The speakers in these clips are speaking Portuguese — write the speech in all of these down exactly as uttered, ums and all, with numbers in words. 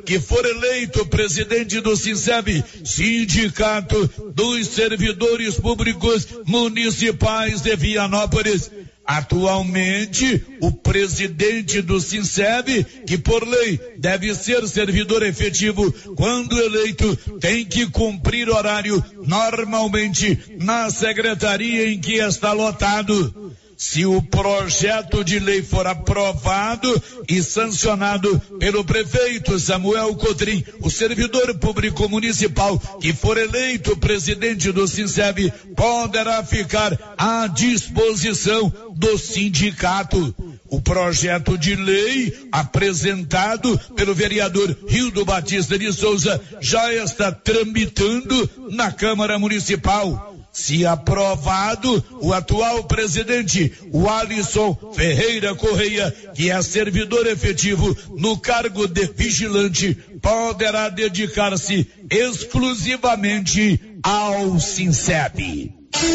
que for eleito presidente do SINSEB, Sindicato dos Servidores Públicos Municipais de Vianópolis. Atualmente, o presidente do SINSEB, que por lei deve ser servidor efetivo, quando eleito, tem que cumprir horário normalmente na secretaria em que está lotado. Se o projeto de lei for aprovado e sancionado pelo prefeito Samuel Cotrim, o servidor público municipal que for eleito presidente do SINSEB poderá ficar à disposição do sindicato. O projeto de lei apresentado pelo vereador Hildo Batista de Souza já está tramitando na Câmara Municipal. Se aprovado, o atual presidente, o Alisson Ferreira Correia, que é servidor efetivo no cargo de vigilante, poderá dedicar-se exclusivamente ao SINSEB.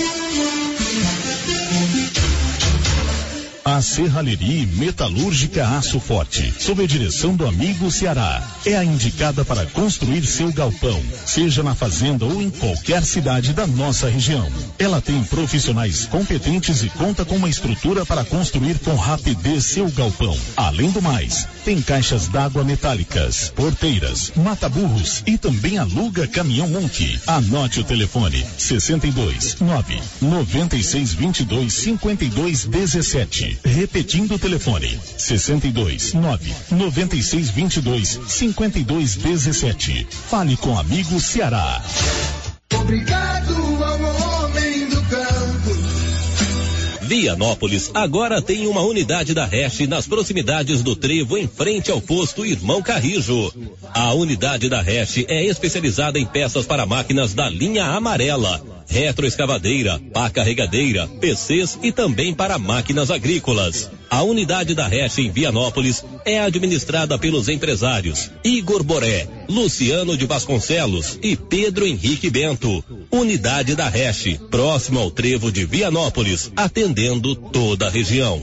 A Serralheria Metalúrgica Aço Forte, sob a direção do amigo Ceará, é a indicada para construir seu galpão, seja na fazenda ou em qualquer cidade da nossa região. Ela tem profissionais competentes e conta com uma estrutura para construir com rapidez seu galpão. Além do mais, tem caixas d'água metálicas, porteiras, mata-burros e também aluga caminhão-monte. Anote o telefone: sessenta e dois, nove, noventa e seis, vinte e dois, cinquenta e dois, dezessete. Repetindo o telefone: sessenta e dois, nove, noventa e seis, vinte e dois, cinquenta e dois, dezessete. Fale com o amigo Ceará. Obrigado ao homem do campo. Vianópolis agora tem uma unidade da Hash nas proximidades do Trevo, em frente ao posto Irmão Carrijo. A unidade da Hash é especializada em peças para máquinas da linha amarela, retroescavadeira, pá carregadeira, P Cs e também para máquinas agrícolas. A unidade da Hash em Vianópolis é administrada pelos empresários Igor Boré, Luciano de Vasconcelos e Pedro Henrique Bento. Unidade da Hash, próximo ao Trevo de Vianópolis, atendendo toda a região.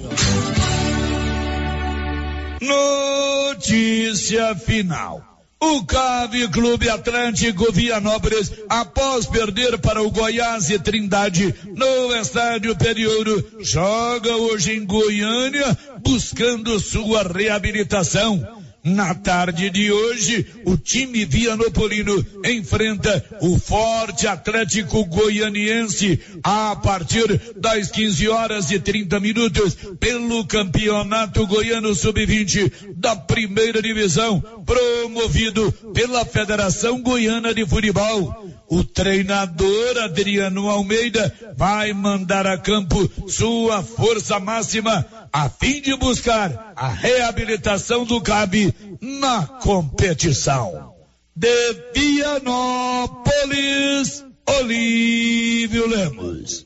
Notícia final. O C A V Clube Atlântico Vianópolis, após perder para o Goiás e Trindade no Estádio Periouro, joga hoje em Goiânia buscando sua reabilitação. Na tarde de hoje, o time vianopolino enfrenta o Forte Atlético Goianiense a partir das quinze horas e trinta minutos pelo Campeonato Goiano sub vinte da primeira divisão, promovido pela Federação Goiana de Futebol. O treinador Adriano Almeida vai mandar a campo sua força máxima a fim de buscar a reabilitação do C A V na competição. De Vianópolis, Olívio Lemos.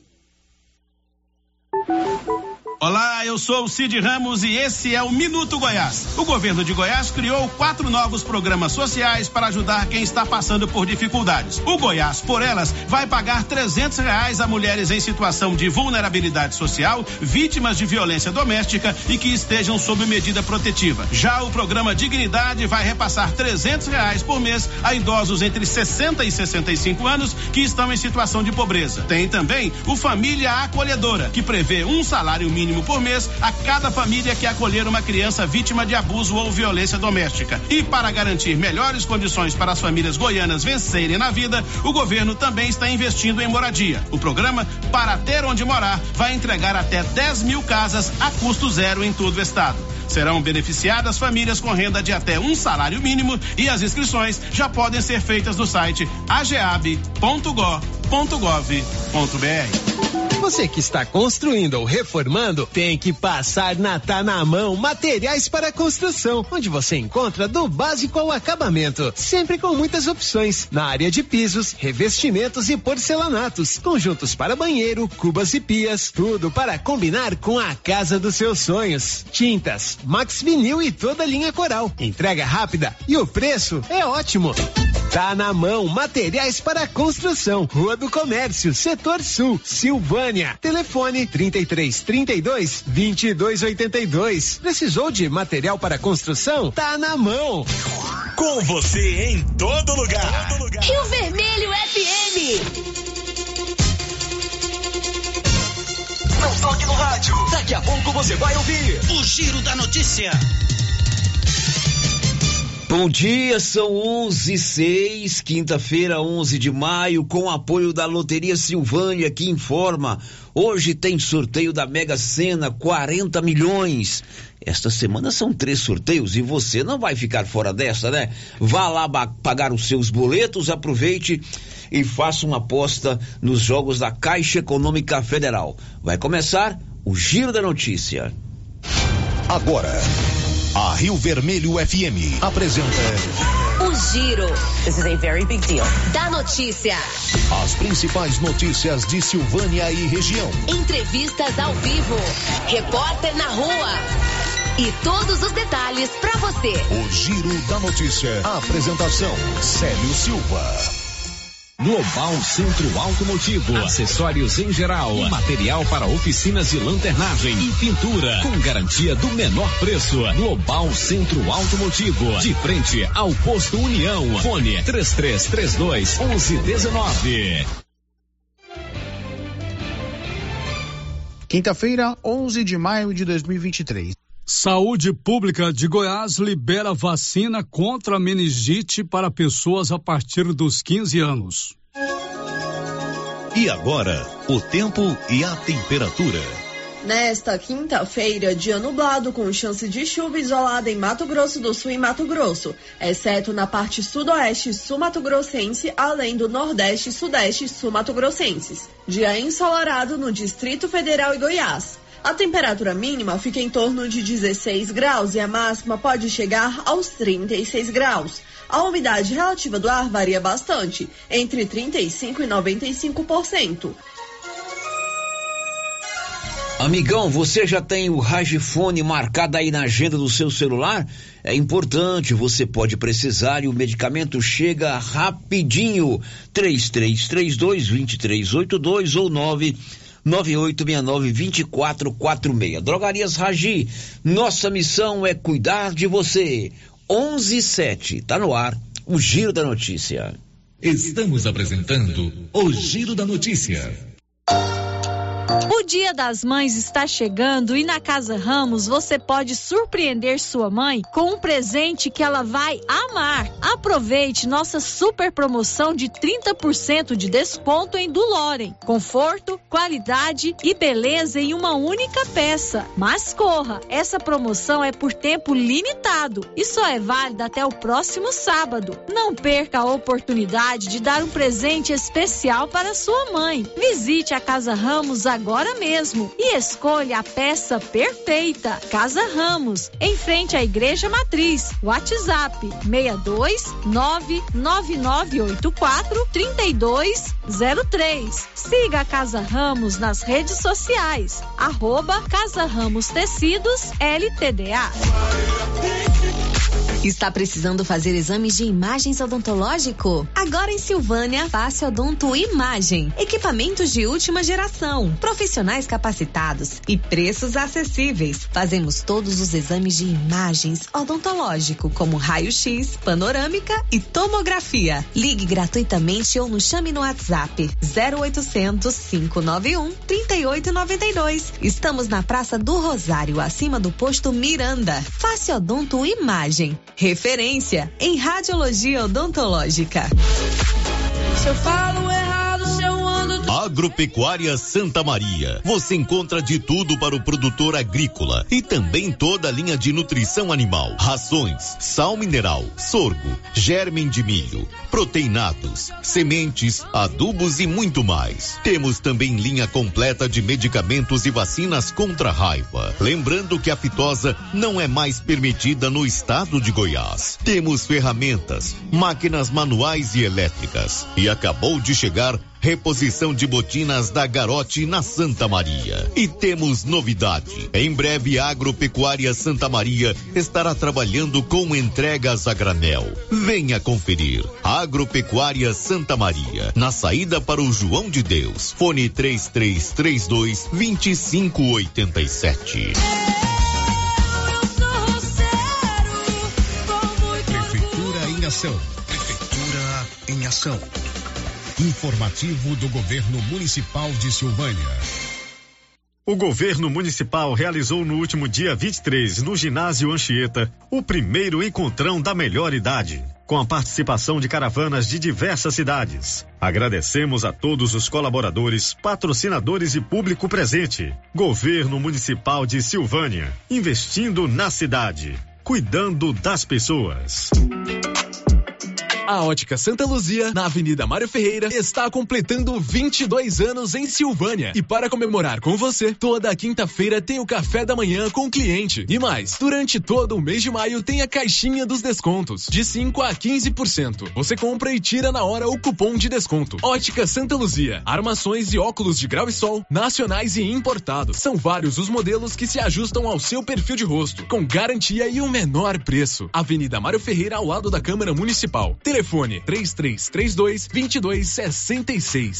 Olá, eu sou o Cid Ramos e esse é o Minuto Goiás. O governo de Goiás criou quatro novos programas sociais para ajudar quem está passando por dificuldades. O Goiás por Elas vai pagar trezentos reais a mulheres em situação de vulnerabilidade social, vítimas de violência doméstica e que estejam sob medida protetiva. Já o programa Dignidade vai repassar trezentos reais por mês a idosos entre sessenta e sessenta e cinco anos que estão em situação de pobreza. Tem também o Família Acolhedora, que prevê um salário mínimo por mês a cada família que acolher uma criança vítima de abuso ou violência doméstica. E para garantir melhores condições para as famílias goianas vencerem na vida, o governo também está investindo em moradia. O programa Para Ter Onde Morar vai entregar até dez mil casas a custo zero em todo o estado. Serão beneficiadas famílias com renda de até um salário mínimo e as inscrições já podem ser feitas no site ageab ponto gov ponto gov ponto br. Você que está construindo ou reformando, tem que passar na Tá na Mão Materiais para Construção, onde você encontra do básico ao acabamento, sempre com muitas opções, na área de pisos, revestimentos e porcelanatos, conjuntos para banheiro, cubas e pias, tudo para combinar com a casa dos seus sonhos. Tintas, Max Vinil e toda a linha Coral. Entrega rápida e o preço é ótimo. Tá na Mão Materiais para Construção, Rua do Comércio, Setor Sul, Silvânia. Telefone trinta e três, trinta e dois, vinte e dois, oitenta e dois. Precisou de material para construção? Tá na mão. Com você em todo lugar. Todo lugar. Rio Vermelho F M. Não toque no rádio. Daqui a pouco você vai ouvir o Giro da Notícia. Bom dia, são onze e seis, quinta-feira, onze de maio, com apoio da Loteria Silvânia, que informa, hoje tem sorteio da Mega Sena, quarenta milhões. Esta semana são três sorteios e você não vai ficar fora dessa, né? Vá lá pagar os seus boletos, aproveite e faça uma aposta nos jogos da Caixa Econômica Federal. Vai começar o Giro da Notícia. Agora, a Rio Vermelho F M apresenta o Giro. This is a very big deal. Da notícia. As principais notícias de Silvânia e região. Entrevistas ao vivo. Repórter na rua. E todos os detalhes para você. O Giro da Notícia. A apresentação, Célio Silva. Global Centro Automotivo, acessórios em geral, material para oficinas de lanternagem e pintura, com garantia do menor preço. Global Centro Automotivo, de frente ao Posto União. Fone três três três dois, onze um nove. Quinta-feira, onze de maio de dois mil e vinte e três. Saúde Pública de Goiás libera vacina contra meningite para pessoas a partir dos quinze anos. E agora, o tempo e a temperatura. Nesta quinta-feira, dia nublado com chance de chuva isolada em Mato Grosso do Sul e Mato Grosso, exceto na parte sudoeste sul-mato-grossense, além do nordeste e sudeste sul-mato-grossenses. Dia ensolarado no Distrito Federal e Goiás. A temperatura mínima fica em torno de dezesseis graus e a máxima pode chegar aos trinta e seis graus. A umidade relativa do ar varia bastante, entre trinta e cinco por cento e noventa e cinco por cento. Amigão, você já tem o Ragifone marcado aí na agenda do seu celular? É importante, você pode precisar e o medicamento chega rapidinho. três três três dois, dois três oito dois ou nove nove oito seis nove, dois quatro quatro seis. Drogarias Ragi, nossa missão é cuidar de você. onze e sete, tá no ar, o Giro da Notícia. Estamos apresentando o Giro da Notícia. O Dia das Mães está chegando e na Casa Ramos você pode surpreender sua mãe com um presente que ela vai amar. Aproveite nossa super promoção de trinta por cento de desconto em Dulorem. Conforto, qualidade e beleza em uma única peça. Mas corra, essa promoção é por tempo limitado e só é válida até o próximo sábado. Não perca a oportunidade de dar um presente especial para sua mãe. Visite a Casa Ramos agora mesmo e escolha a peça perfeita. Casa Ramos, em frente à Igreja Matriz. WhatsApp seis dois nove nove nove oito quatro três dois zero três. Siga a Casa Ramos nas redes sociais. Arroba Casa Ramos Tecidos L T D A. Está precisando fazer exames de imagens odontológico? Agora em Silvânia, faça Odonto Imagem. Equipamentos de última geração, profissionais capacitados e preços acessíveis. Fazemos todos os exames de imagens odontológico, como raio-x, panorâmica e tomografia. Ligue gratuitamente ou nos chame no WhatsApp zero oitocentos, cinco nove um, três oito nove dois. Estamos na Praça do Rosário, acima do posto Miranda. Faça Odonto Imagem. Referência em radiologia odontológica. Se eu falo errado, se eu ando... Agropecuária Santa Maria. Você encontra de tudo para o produtor agrícola e também toda a linha de nutrição animal. Rações, sal mineral, sorgo, germe de milho, proteinados, sementes, adubos e muito mais. Temos também linha completa de medicamentos e vacinas contra a raiva. Lembrando que a fitosa não é mais permitida no estado de Goiás. Temos ferramentas, máquinas manuais e elétricas. E acabou de chegar reposição de botinas da Garote na Santa Maria. E temos novidade. Em breve, a Agropecuária Santa Maria estará trabalhando com entregas a granel. Venha conferir. Agropecuária Santa Maria, na saída para o João de Deus. Fone três três três dois, dois cinco oito sete. ação. Prefeitura em ação. Informativo do Governo Municipal de Silvânia. O governo municipal realizou no último dia vinte e três, no ginásio Anchieta, o primeiro encontrão da melhor idade, com a participação de caravanas de diversas cidades. Agradecemos a todos os colaboradores, patrocinadores e público presente. Governo Municipal de Silvânia, investindo na cidade, cuidando das pessoas. A Ótica Santa Luzia, na Avenida Mário Ferreira, está completando vinte e dois anos em Silvânia. E para comemorar com você, toda quinta-feira tem o café da manhã com o cliente. E mais, durante todo o mês de maio tem a caixinha dos descontos, de cinco a quinze por cento. Você compra e tira na hora o cupom de desconto. Ótica Santa Luzia, armações e óculos de grau e sol, nacionais e importados. São vários os modelos que se ajustam ao seu perfil de rosto, com garantia e o menor preço. Avenida Mário Ferreira, ao lado da Câmara Municipal. Telefone três três três dois, dois dois seis seis.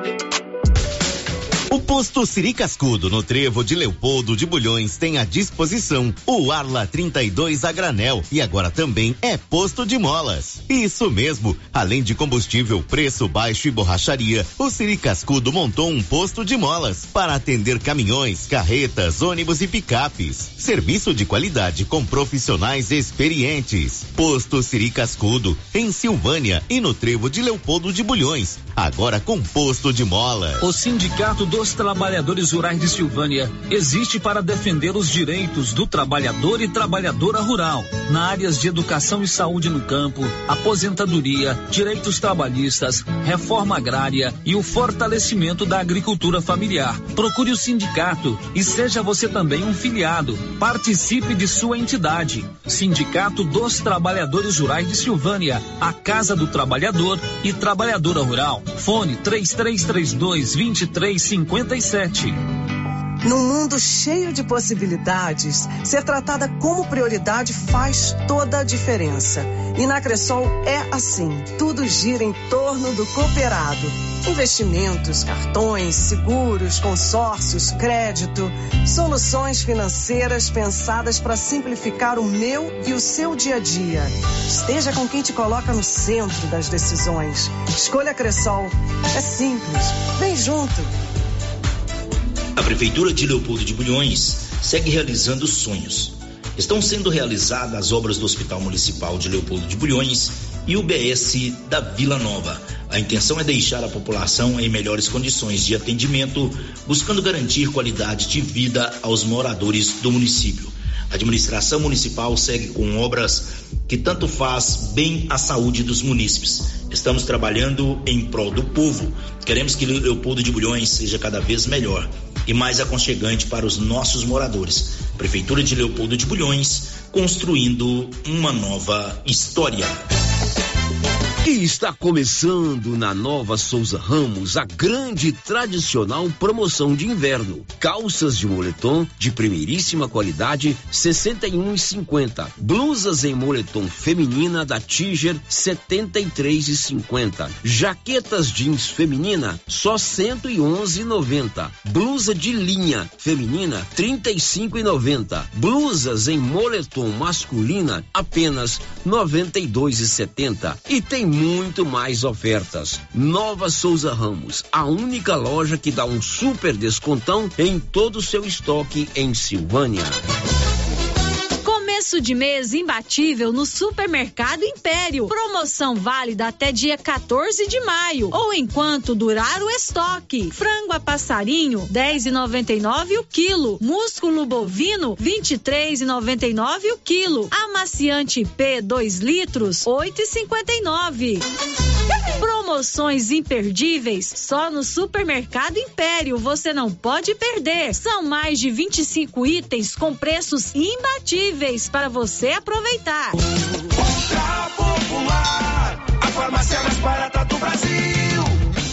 O posto Siri Cascudo, no Trevo de Leopoldo de Bulhões, tem à disposição o Arla trinta e dois a granel e agora também é posto de molas. Isso mesmo, além de combustível, preço baixo e borracharia, o Siri Cascudo montou um posto de molas para atender caminhões, carretas, ônibus e picapes. Serviço de qualidade com profissionais experientes. Posto Siri Cascudo, em Silvânia e no Trevo de Leopoldo de Bulhões, agora com posto de molas. O Sindicato dos Trabalhadores Rurais de Silvânia existe para defender os direitos do trabalhador e trabalhadora rural, na áreas de educação e saúde no campo, aposentadoria, direitos trabalhistas, reforma agrária e o fortalecimento da agricultura familiar. Procure o sindicato e seja você também um filiado. Participe de sua entidade. Sindicato dos Trabalhadores Rurais de Silvânia, a Casa do Trabalhador e Trabalhadora Rural. Fone três três três dois, dois três cinco sete. Num mundo cheio de possibilidades, ser tratada como prioridade faz toda a diferença. E na Cressol é assim, tudo gira em torno do cooperado. Investimentos, cartões, seguros, consórcios, crédito, soluções financeiras pensadas para simplificar o meu e o seu dia a dia. Esteja com quem te coloca no centro das decisões. Escolha a Cressol. É simples. Vem junto. A Prefeitura de Leopoldo de Bulhões segue realizando sonhos. Estão sendo realizadas as obras do Hospital Municipal de Leopoldo de Bulhões e o B S da Vila Nova. A intenção é deixar a população em melhores condições de atendimento, buscando garantir qualidade de vida aos moradores do município. A administração municipal segue com obras que tanto faz bem à saúde dos munícipes. Estamos trabalhando em prol do povo. Queremos que Leopoldo de Bulhões seja cada vez melhor e mais aconchegante para os nossos moradores. Prefeitura de Leopoldo de Bulhões, construindo uma nova história. E está começando na Nova Souza Ramos a grande e tradicional promoção de inverno. Calças de moletom de primeiríssima qualidade, sessenta e um e cinquenta. Blusas em moletom feminina da Tiger, setenta e três e cinquenta. Jaquetas jeans feminina, só cento e onze e noventa. Blusa de linha feminina, trinta e cinco e noventa. Blusas em moletom masculina, apenas noventa e dois e setenta. E tem muito mais ofertas. Nova Souza Ramos, a única loja que dá um super descontão em todo o seu estoque em Silvânia. Começo de mês imbatível no Supermercado Império. Promoção válida até dia quatorze de maio ou enquanto durar o estoque. Frango a passarinho dez e noventa e nove o quilo. Músculo bovino vinte e três e noventa e nove o quilo. Amaciante P dois litros oito e cinquenta e nove. Promoções imperdíveis só no Supermercado Império, você não pode perder. São mais de vinte e cinco itens com preços imbatíveis para você aproveitar. Ultra Popular, a farmácia mais barata do Brasil.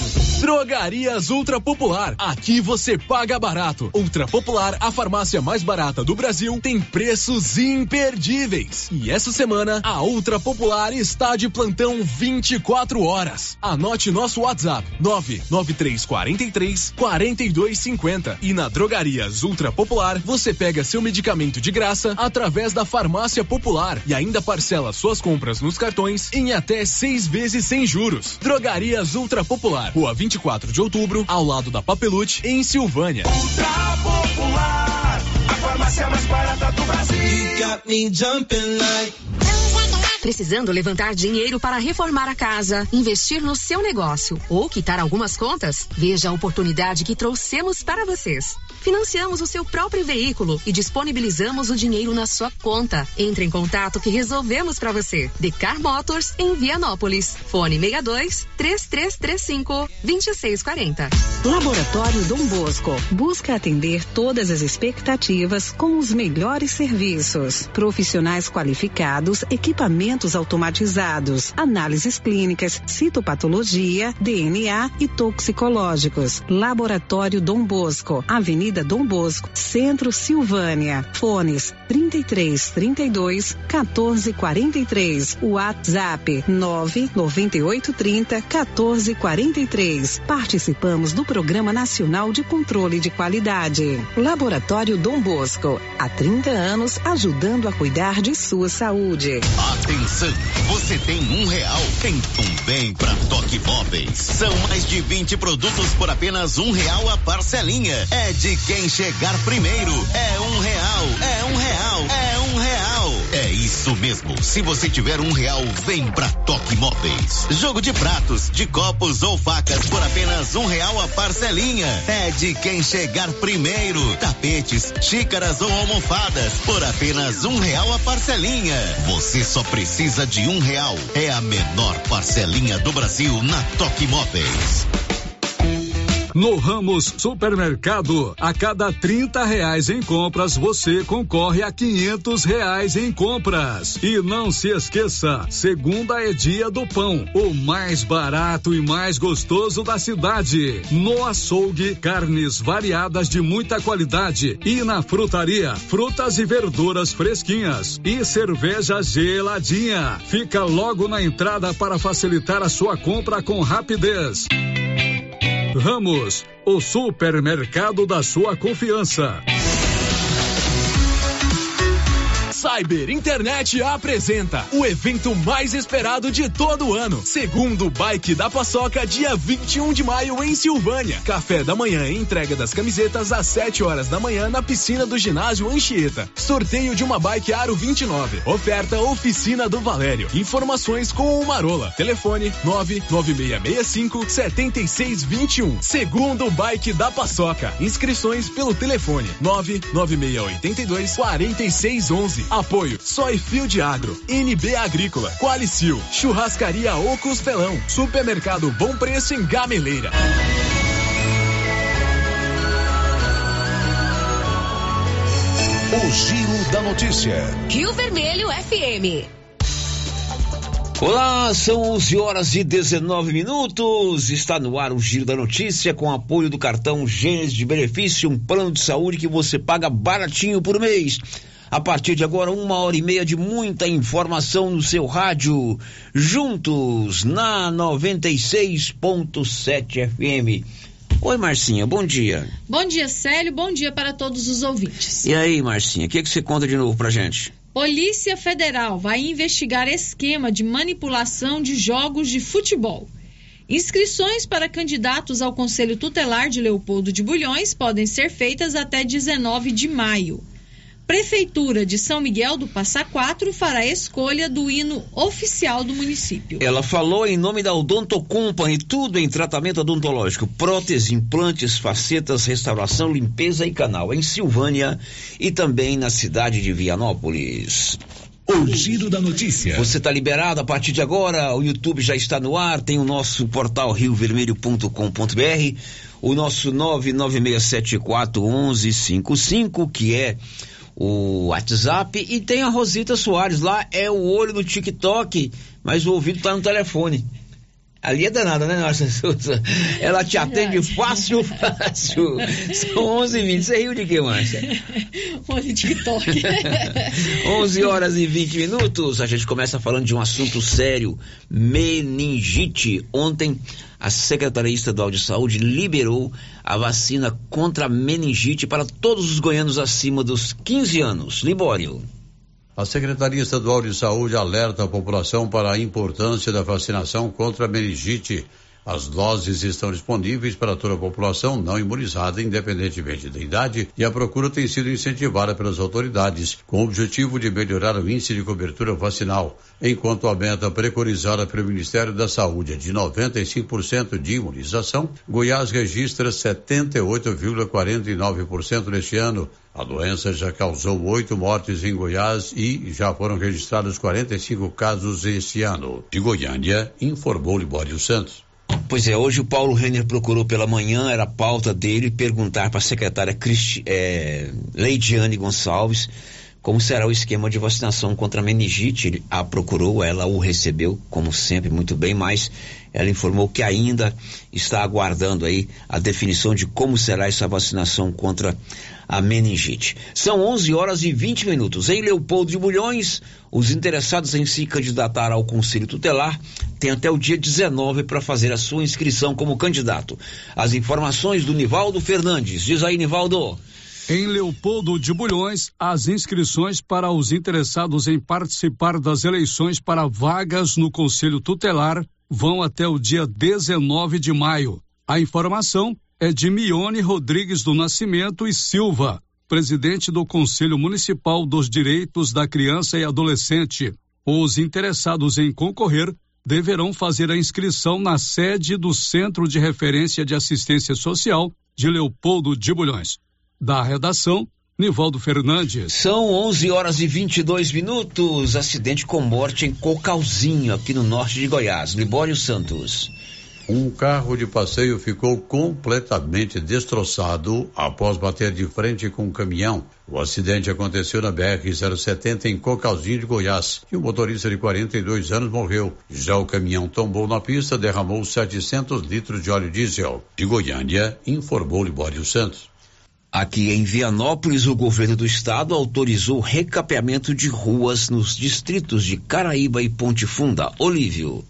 Drogarias Ultra Popular. Aqui você paga barato. Ultra Popular, a farmácia mais barata do Brasil, tem preços imperdíveis. E essa semana, a Ultra Popular está de plantão vinte e quatro horas. Anote nosso WhatsApp: nove nove três quatro três, quatro dois cinco zero. E na Drogarias Ultra Popular, você pega seu medicamento de graça através da Farmácia Popular e ainda parcela suas compras nos cartões em até seis vezes sem juros. Drogarias Ultra Popular, Rua vinte e quatro de outubro, ao lado da Papelute, em Silvânia. Ultra Popular, a farmácia mais barata do Brasil. You got me jumping like... Precisando levantar dinheiro para reformar a casa, investir no seu negócio ou quitar algumas contas? Veja a oportunidade que trouxemos para vocês. Financiamos o seu próprio veículo e disponibilizamos o dinheiro na sua conta. Entre em contato que resolvemos para você. Decar Motors em Vianópolis. Fone seis dois, três três três cinco, dois seis quatro zero. Laboratório Dom Bosco busca atender todas as expectativas com os melhores serviços. Profissionais qualificados, equipamentos automatizados, análises clínicas, citopatologia, D N A e toxicológicos. Laboratório Dom Bosco, Avenida Dom Bosco, Centro, Silvânia. Fones trinta e três, trinta e dois, quatorze, quarenta e três. WhatsApp nove nove oito, trinta, quatorze, quarenta e três. Participamos do Programa Nacional de Controle de Qualidade. Laboratório Dom Bosco, há trinta anos ajudando a cuidar de sua saúde. Atenção, você tem um real, então vem pra Toque Móveis. São mais de vinte produtos por apenas um real a parcelinha. É de quem chegar primeiro. É um real, é um real, é um real. É isso mesmo. Se você tiver um real, vem pra Toque Móveis. Jogo de pratos, de copos ou facas por apenas um real a parcelinha. É de quem chegar primeiro. Tapetes, xícaras ou almofadas por apenas um real a parcelinha. Você só precisa de um real. É a menor parcelinha do Brasil na Toque Móveis. No Ramos Supermercado, a cada trinta reais em compras, você concorre a quinhentos reais em compras. E não se esqueça, segunda é dia do pão, o mais barato e mais gostoso da cidade. No açougue, carnes variadas de muita qualidade. E na frutaria, frutas e verduras fresquinhas. E cerveja geladinha. Fica logo na entrada para facilitar a sua compra com rapidez. Ramos, o supermercado da sua confiança. Cyber Internet apresenta o evento mais esperado de todo o ano. Segundo Bike da Paçoca, dia vinte e um de maio em Silvânia. Café da manhã e entrega das camisetas às sete horas da manhã na piscina do ginásio Anchieta. Sorteio de uma bike Aro vinte e nove. Oferta Oficina do Valério. Informações com o Marola. Telefone nove nove seis seis cinco, sete seis dois um. Segundo Bike da Paçoca. Inscrições pelo telefone nove nove seis oito dois, quatro seis um um. Apoio Soy Field Agro, N B Agrícola, Qualicil, Churrascaria O Costelão, Supermercado Bom Preço em Gameleira. O Giro da Notícia. Rio Vermelho F M. Olá, são onze horas e dezenove minutos. Está no ar o Giro da Notícia com apoio do cartão Gênesis de Benefício, um plano de saúde que você paga baratinho por mês. A partir de agora, uma hora e meia de muita informação no seu rádio, juntos na noventa e seis ponto sete F M. Oi, Marcinha, bom dia. Bom dia, Célio, bom dia para todos os ouvintes. E aí, Marcinha, o que, que você conta de novo pra gente? Polícia Federal vai investigar esquema de manipulação de jogos de futebol. Inscrições para candidatos ao Conselho Tutelar de Leopoldo de Bulhões podem ser feitas até dezenove de maio. Prefeitura de São Miguel do Passa Quatro fará a escolha do hino oficial do município. Ela falou em nome da Odonto Company, tudo em tratamento odontológico, prótese, implantes, facetas, restauração, limpeza e canal, em Silvânia e também na cidade de Vianópolis. O Giro da Notícia. Você está liberado a partir de agora, o YouTube já está no ar, tem o nosso portal rio vermelho ponto com ponto b r, o nosso nove nove seis sete quatro um um cinco cinco, que é o WhatsApp, e tem a Rosita Soares, lá é o olho no TikTok, mas o ouvido tá no telefone. Ali é danada, né, Márcia Souza? Ela te atende fácil, fácil. São onze e vinte. Você riu de quê, Márcia? Olha, TikTok. onze horas e vinte minutos. A gente começa falando de um assunto sério: meningite. Ontem, a Secretaria Estadual de Saúde liberou a vacina contra a meningite para todos os goianos acima dos quinze anos. Libório. A Secretaria Estadual de Saúde alerta a população para a importância da vacinação contra a meningite. As doses estão disponíveis para toda a população não imunizada, independentemente da idade, e a procura tem sido incentivada pelas autoridades, com o objetivo de melhorar o índice de cobertura vacinal, enquanto a meta preconizada pelo Ministério da Saúde é de noventa e cinco por cento de imunização. Goiás registra setenta e oito vírgula quarenta e nove por cento neste ano. A doença já causou oito mortes em Goiás e já foram registrados quarenta e cinco casos este ano. De Goiânia, informou Libório Santos. Pois é, hoje o Paulo Renner procurou pela manhã, era a pauta dele, perguntar para a secretária Cristi, é, Leidiane Gonçalves como será o esquema de vacinação contra a meningite. Ele a procurou, ela o recebeu, como sempre, muito bem, mas ela informou que ainda está aguardando aí a definição de como será essa vacinação contra a meningite. São onze horas e vinte minutos. Em Leopoldo de Bulhões, os interessados em se candidatar ao Conselho Tutelar têm até o dia dezenove para fazer a sua inscrição como candidato. As informações do Nivaldo Fernandes. Diz aí, Nivaldo. Em Leopoldo de Bulhões, as inscrições para os interessados em participar das eleições para vagas no Conselho Tutelar vão até o dia dezenove de maio. A informação é de Mione Rodrigues do Nascimento e Silva, presidente do Conselho Municipal dos Direitos da Criança e Adolescente. Os interessados em concorrer deverão fazer a inscrição na sede do Centro de Referência de Assistência Social de Leopoldo de Bulhões. Da redação, Nivaldo Fernandes. São onze horas e vinte e dois minutos. Acidente com morte em Cocalzinho, aqui no norte de Goiás. Libório Santos. Um carro de passeio ficou completamente destroçado após bater de frente com um caminhão. O acidente aconteceu na B R zero setenta em Cocalzinho de Goiás e o motorista de quarenta e dois anos morreu. Já o caminhão tombou na pista, derramou setecentos litros de óleo diesel. De Goiânia, informou Libório Santos. Aqui em Vianópolis, o governo do estado autorizou recapeamento de ruas nos distritos de Caraíba e Ponte Funda. Olívio.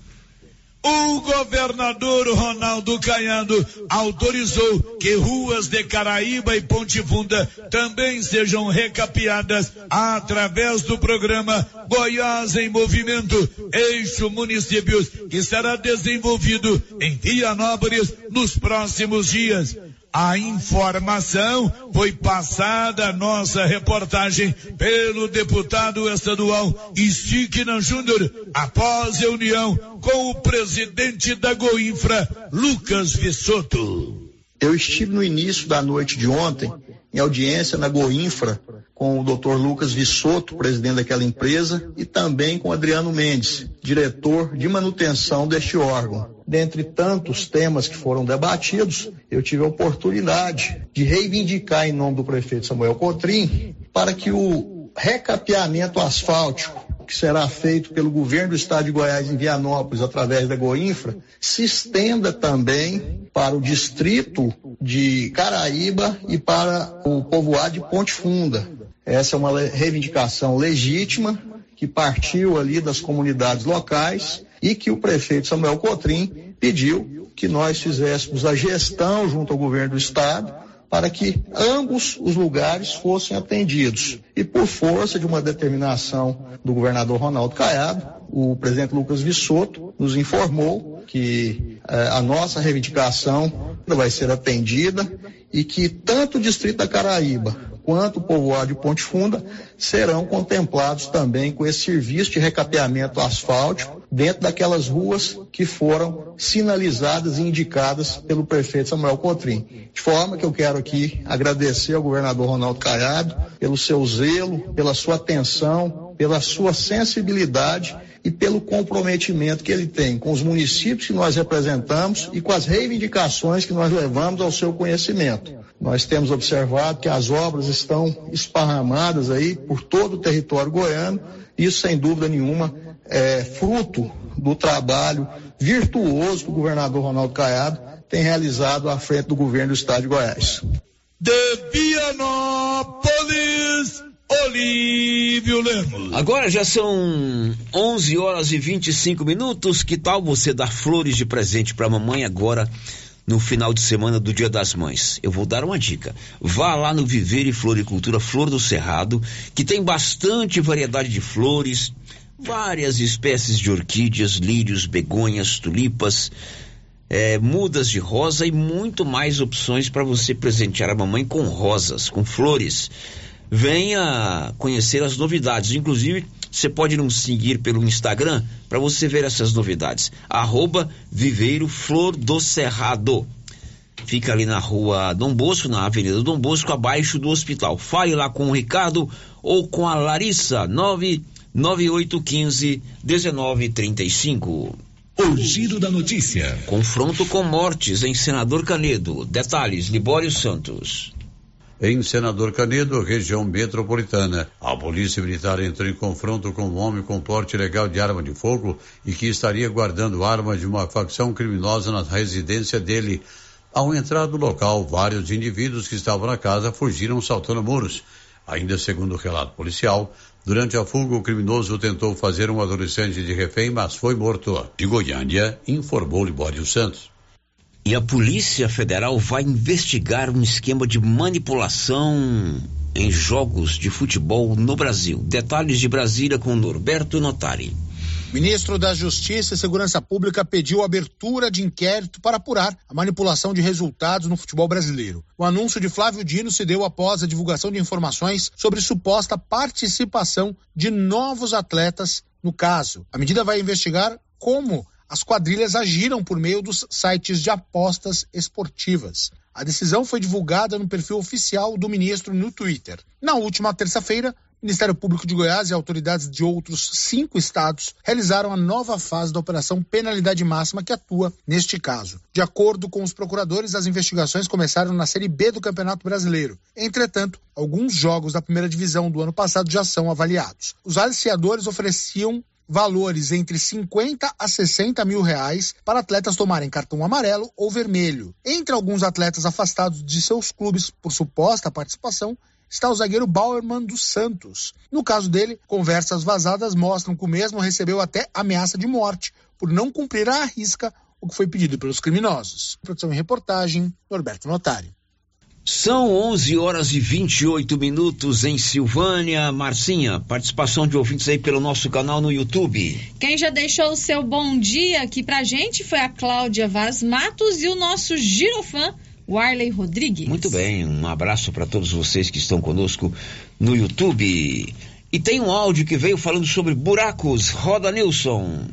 O governador Ronaldo Caiado autorizou que ruas de Caraíba e Ponte Funda também sejam recapeadas através do programa Goiás em Movimento, Eixo Municípios, que será desenvolvido em Vianópolis nos próximos dias. A informação foi passada à nossa reportagem pelo deputado estadual Sticknan Júnior após reunião com o presidente da Goinfra, Lucas Vissoto. Eu estive no início da noite de ontem em audiência na Goinfra com o doutor Lucas Vissoto, presidente daquela empresa, e também com Adriano Mendes, diretor de manutenção deste órgão. Dentre tantos temas que foram debatidos, eu tive a oportunidade de reivindicar em nome do prefeito Samuel Cotrim para que o recapeamento asfáltico que será feito pelo governo do estado de Goiás em Vianópolis através da Goinfra se estenda também para o distrito de Caraíba e para o povoado de Ponte Funda. Essa é uma reivindicação legítima que partiu ali das comunidades locais e que o prefeito Samuel Cotrim pediu que nós fizéssemos a gestão junto ao governo do estado para que ambos os lugares fossem atendidos. E por força de uma determinação do governador Ronaldo Caiado, o presidente Lucas Vissoto nos informou que eh, a nossa reivindicação vai ser atendida e que tanto o distrito da Caraíba quanto o povoado de Ponte Funda serão contemplados também com esse serviço de recapeamento asfáltico dentro daquelas ruas que foram sinalizadas e indicadas pelo prefeito Samuel Cotrim. De forma que eu quero aqui agradecer ao governador Ronaldo Caiado pelo seu zelo, pela sua atenção, pela sua sensibilidade e pelo comprometimento que ele tem com os municípios que nós representamos e com as reivindicações que nós levamos ao seu conhecimento. Nós temos observado que as obras estão esparramadas aí por todo o território goiano. Isso, sem dúvida nenhuma, é fruto do trabalho virtuoso que o governador Ronaldo Caiado tem realizado à frente do governo do estado de Goiás. De Vianópolis, Olívio Lemos. Agora já são onze horas e vinte e cinco minutos. Que tal você dar flores de presente para a mamãe agora no final de semana do Dia das Mães? Eu vou dar uma dica. Vá lá no Viveiro e Floricultura Flor do Cerrado, que tem bastante variedade de flores, várias espécies de orquídeas, lírios, begonhas, tulipas, é, mudas de rosa e muito mais opções para você presentear a mamãe com rosas, com flores. Venha conhecer as novidades. Inclusive, você pode nos seguir pelo Instagram para você ver essas novidades. Arroba Viveiro Flor do Cerrado. Fica ali na rua Dom Bosco, na Avenida Dom Bosco, abaixo do hospital. Fale lá com o Ricardo ou com a Larissa, nove nove oito um cinco, um nove três cinco. O Giro da Notícia. Confronto com mortes em Senador Canedo. Detalhes, Libório Santos. Em Senador Canedo, região metropolitana, a polícia militar entrou em confronto com um homem com porte ilegal de arma de fogo e que estaria guardando arma de uma facção criminosa na residência dele. Ao entrar no local, vários indivíduos que estavam na casa fugiram saltando muros. Ainda segundo o relato policial, durante a fuga, o criminoso tentou fazer um adolescente de refém, mas foi morto. De Goiânia, informou Libório Santos. E a Polícia Federal vai investigar um esquema de manipulação em jogos de futebol no Brasil. Detalhes de Brasília com Norberto Notari. O ministro da Justiça e Segurança Pública pediu abertura de inquérito para apurar a manipulação de resultados no futebol brasileiro. O anúncio de Flávio Dino se deu após a divulgação de informações sobre suposta participação de novos atletas no caso. A medida vai investigar como as quadrilhas agiram por meio dos sites de apostas esportivas. A decisão foi divulgada no perfil oficial do ministro no Twitter. Na última terça-feira, o Ministério Público de Goiás e autoridades de outros cinco estados realizaram a nova fase da Operação Penalidade Máxima que atua neste caso. De acordo com os procuradores, as investigações começaram na Série B do Campeonato Brasileiro. Entretanto, alguns jogos da primeira divisão do ano passado já são avaliados. Os aliciadores ofereciam valores entre cinquenta a sessenta mil reais para atletas tomarem cartão amarelo ou vermelho. Entre alguns atletas afastados de seus clubes por suposta participação está o zagueiro Bauerman dos Santos. No caso dele, conversas vazadas mostram que o mesmo recebeu até ameaça de morte por não cumprir à risca o que foi pedido pelos criminosos. Produção e reportagem, Norberto Notari. São onze horas e vinte e oito minutos em Silvânia. Marcinha, participação de ouvintes aí pelo nosso canal no YouTube. Quem já deixou o seu bom dia aqui pra gente foi a Cláudia Vaz Matos e o nosso girofã, o Arley Rodrigues. Muito bem, um abraço para todos vocês que estão conosco no YouTube. E tem um áudio que veio falando sobre buracos. Roda, Nilson.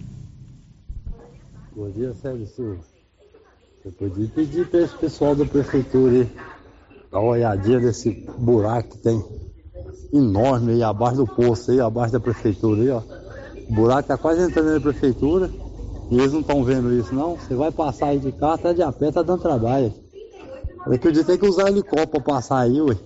Bom dia, Sérgio Silva. Eu podia pedir para esse pessoal da prefeitura aí dar uma olhadinha nesse buraco que tem enorme aí abaixo do posto aí, abaixo da prefeitura aí, ó. O buraco tá quase entrando na prefeitura e eles não estão vendo isso não. Você vai passar aí de carro, tá de a pé, tá dando trabalho. Eu acredito que tem que usar helicóptero pra passar aí, ué.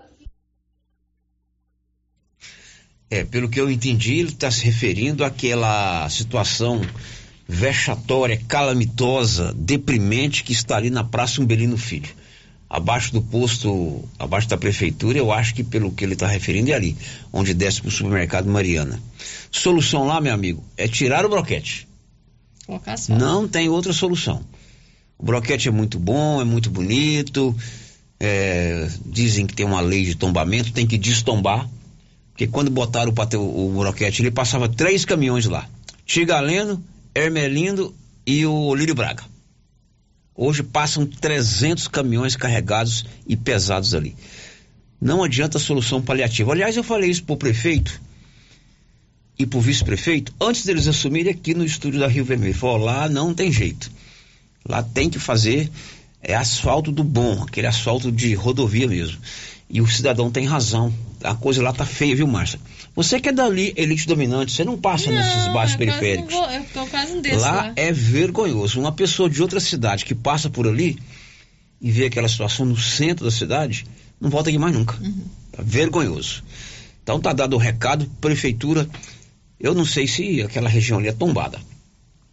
É, pelo que eu entendi, ele está se referindo àquela situação vexatória, calamitosa, deprimente que está ali na Praça Umbelino Filho. Abaixo do posto, abaixo da prefeitura, eu acho que pelo que ele está referindo é ali, onde desce para o supermercado Mariana. Solução lá, meu amigo, é tirar o broquete. Não tem outra solução. O broquete é muito bom, é muito bonito, é, dizem que tem uma lei de tombamento, tem que destombar, porque quando botaram para ter o, o broquete, ele passava três caminhões lá, Tigaleno, Hermelindo e o Lírio Braga. Hoje passam trezentos caminhões carregados e pesados ali. Não adianta solução paliativa. Aliás, eu falei isso pro prefeito e pro vice-prefeito antes deles assumirem aqui no estúdio da Rio Vermelho. Falou, lá não tem jeito. Lá tem que fazer é, asfalto do bom, aquele asfalto de rodovia mesmo. E o cidadão tem razão. A coisa lá tá feia, viu, Márcia? Você que é dali, elite dominante, você não passa não, nesses bairros é periféricos. Vou, é quase um desses, lá lá é vergonhoso. Uma pessoa de outra cidade que passa por ali e vê aquela situação no centro da cidade, não volta aqui mais nunca. Uhum. Tá vergonhoso. Então tá dado o recado, prefeitura, eu não sei se aquela região ali é tombada.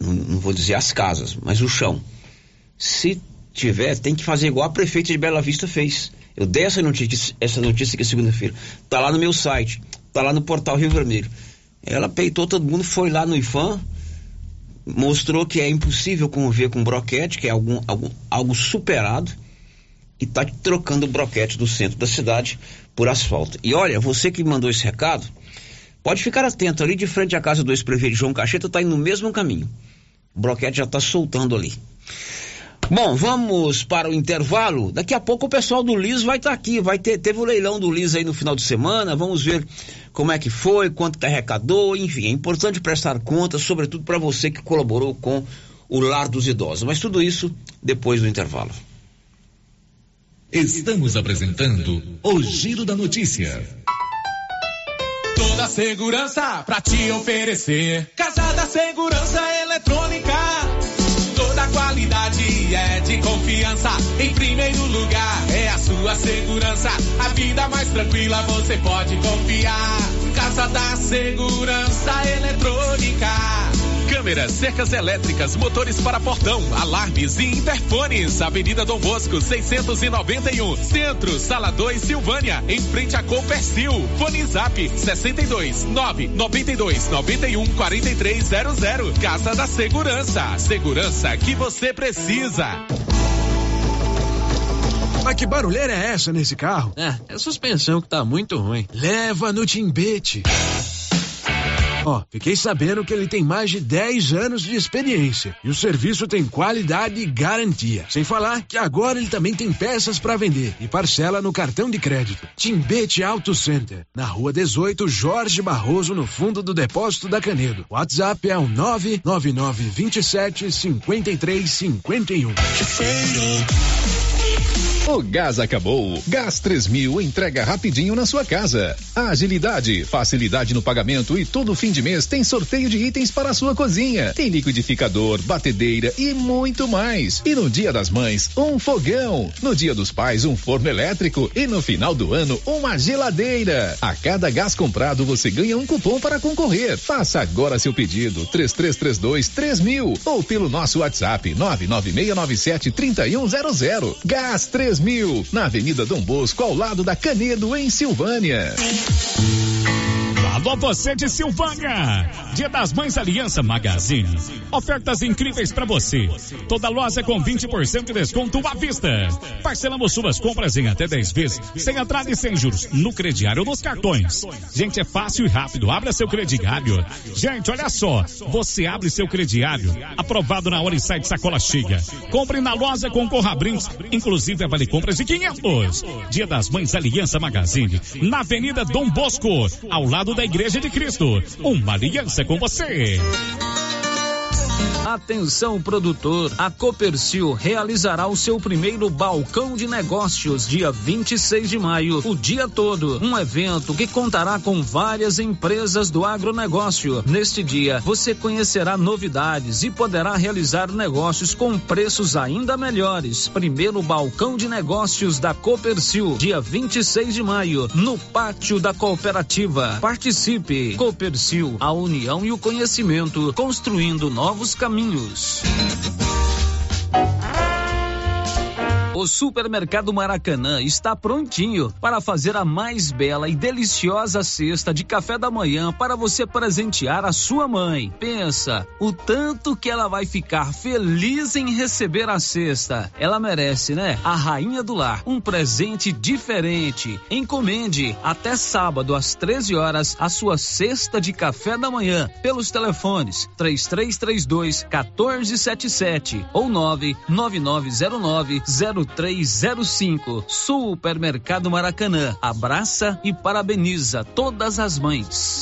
não, não vou dizer as casas, mas o chão. Se tiver, tem que fazer igual a prefeita de Bela Vista fez. Eu dei essa notícia, essa notícia aqui segunda-feira. Tá lá no meu site, tá lá no portal Rio Vermelho. Ela peitou todo mundo, foi lá no I F A M, mostrou que é impossível conviver com broquete, que é algum, algum, algo superado, e tá trocando o broquete do centro da cidade por asfalto. E olha, você que mandou esse recado, pode ficar atento, ali de frente à casa do ex-prefeito João Cacheta, tá indo no mesmo caminho. O broquete já tá soltando ali. Bom, vamos para o intervalo. Daqui a pouco o pessoal do Lis vai estar tá aqui, vai ter, teve o leilão do Lis aí no final de semana, vamos ver como é que foi, quanto que arrecadou, enfim, é importante prestar conta, sobretudo para você que colaborou com o Lar dos Idosos, mas tudo isso depois do intervalo. Estamos apresentando o Giro da Notícia. Toda segurança pra te oferecer. Casa da Segurança Eletrônica. Toda qualidade é de confiança. Em primeiro lugar é a sua segurança. A vida mais tranquila você pode confiar. Casa da Segurança Eletrônica. Câmeras, cercas elétricas, motores para portão, alarmes e interfones. Avenida Dom Bosco, seiscentos e noventa e um. Centro, Sala dois, Silvânia, em frente a Copercil. Fone Zap, sessenta e dois, nove noventa e dois, noventa e um, quarenta e três zero zero. Casa da Segurança. Segurança que você precisa. Mas que barulheira é essa nesse carro? É, é a suspensão que tá muito ruim. Leva no Timbete. Ó, oh, fiquei sabendo que ele tem mais de dez anos de experiência e o serviço tem qualidade e garantia. Sem falar que agora ele também tem peças para vender e parcela no cartão de crédito. Timbete Auto Center, na rua dezoito, Jorge Barroso, no fundo do depósito da Canedo. WhatsApp é o nove nove nove, dois sete, cinco três cinco um. O gás acabou. Gás três mil entrega rapidinho na sua casa. Agilidade, facilidade no pagamento e todo fim de mês tem sorteio de itens para a sua cozinha. Tem liquidificador, batedeira e muito mais. E no Dia das Mães, um fogão. No Dia dos Pais, um forno elétrico. E no final do ano, uma geladeira. A cada gás comprado, você ganha um cupom para concorrer. Faça agora seu pedido. três três três dois, três mil ou pelo nosso WhatsApp nove nove seis nove sete, três um zero zero. Gás três mil, na Avenida Dom Bosco, ao lado da Canedo, em Silvânia. Alô, você de Silvânia! Dia das Mães Aliança Magazine. Ofertas incríveis pra você. Toda loja com vinte por cento de desconto à vista. Parcelamos suas compras em até dez vezes, sem entrada e sem juros, no crediário dos cartões. Gente, é fácil e rápido. Abra seu crediário. Gente, olha só. Você abre seu crediário, aprovado na hora e sai de sacola cheia. Compre na loja, concorra a brindes, inclusive a vale compras de quinhentos. Dia das Mães Aliança Magazine, na Avenida Dom Bosco, ao lado da Igreja de Cristo, uma aliança com você. Atenção, produtor, a Copercil realizará o seu primeiro balcão de negócios dia vinte e seis de maio, o dia todo. Um evento que contará com várias empresas do agronegócio. Neste dia, você conhecerá novidades e poderá realizar negócios com preços ainda melhores. Primeiro balcão de negócios da Copercil, dia vinte e seis de maio, no pátio da cooperativa. Participe. Copercil, a união e o conhecimento, construindo novos caminhos. O Supermercado Maracanã está prontinho para fazer a mais bela e deliciosa cesta de café da manhã para você presentear a sua mãe. Pensa, o tanto que ela vai ficar feliz em receber a cesta. Ela merece, né? A rainha do lar, um presente diferente. Encomende até sábado às treze horas a sua cesta de café da manhã pelos telefones três três três dois, um quatro sete sete ou nove nove nove zero nove zero três zero cinco. Supermercado Maracanã abraça e parabeniza todas as mães.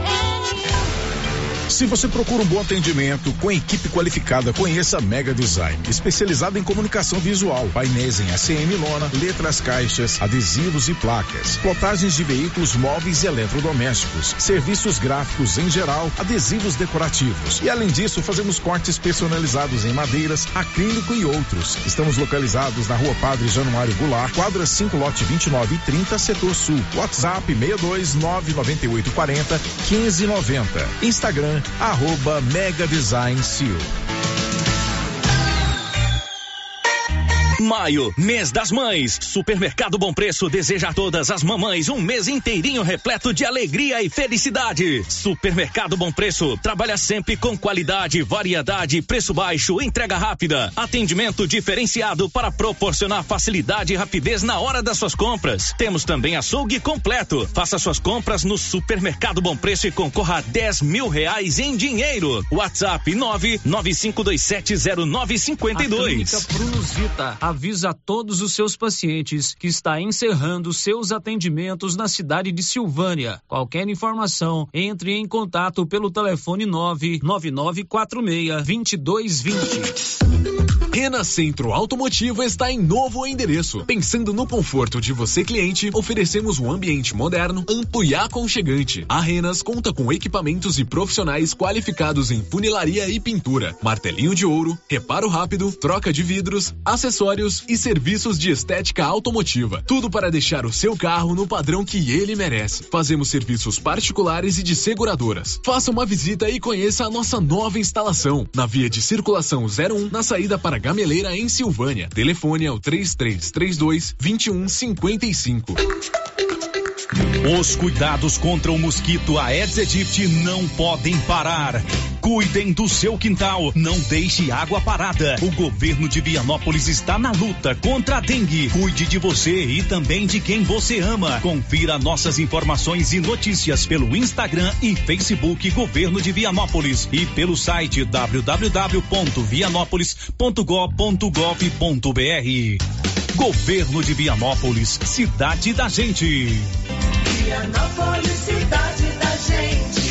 Se você procura um bom atendimento com equipe qualificada, conheça a Mega Design, especializada em comunicação visual, painéis em A C M lona, letras, caixas, adesivos e placas, plotagens de veículos móveis e eletrodomésticos, serviços gráficos em geral, adesivos decorativos. E além disso, fazemos cortes personalizados em madeiras, acrílico e outros. Estamos localizados na Rua Padre Januário Goulart, quadra cinco, lote vinte e nove e trinta, setor sul. WhatsApp seis dois nove nove oito quatro zero um cinco nove zero. Instagram arroba Mega Design Sil. Maio, mês das mães. Supermercado Bom Preço deseja a todas as mamães um mês inteirinho repleto de alegria e felicidade. Supermercado Bom Preço trabalha sempre com qualidade, variedade, preço baixo, entrega rápida, atendimento diferenciado para proporcionar facilidade e rapidez na hora das suas compras. Temos também açougue completo. Faça suas compras no Supermercado Bom Preço e concorra a dez mil reais em dinheiro. WhatsApp nove nove cinco dois sete zero nove cinco dois. A Clínica Prunusvita avisa a todos os seus pacientes que está encerrando seus atendimentos na cidade de Silvânia. Qualquer informação, entre em contato pelo telefone nove nove nove quatro seis dois dois dois zero. Rena Centro Automotivo está em novo endereço. Pensando no conforto de você, cliente, oferecemos um ambiente moderno, amplo e aconchegante. A Renas conta com equipamentos e profissionais qualificados em funilaria e pintura, martelinho de ouro, reparo rápido, troca de vidros, acessórios e serviços de estética automotiva. Tudo para deixar o seu carro no padrão que ele merece. Fazemos serviços particulares e de seguradoras. Faça uma visita e conheça a nossa nova instalação na via de circulação zero um, na saída para Gameleira, em Silvânia. Telefone é o três três três dois, dois um cinco cinco. Os cuidados contra o mosquito Aedes aegypti não podem parar. Cuidem do seu quintal, não deixe água parada. O governo de Vianópolis está na luta contra a dengue. Cuide de você e também de quem você ama. Confira nossas informações e notícias pelo Instagram e Facebook Governo de Vianópolis e pelo site w w w ponto vianópolis ponto gov ponto br. Governo de Vianópolis, cidade da gente. Vianópolis, cidade da gente.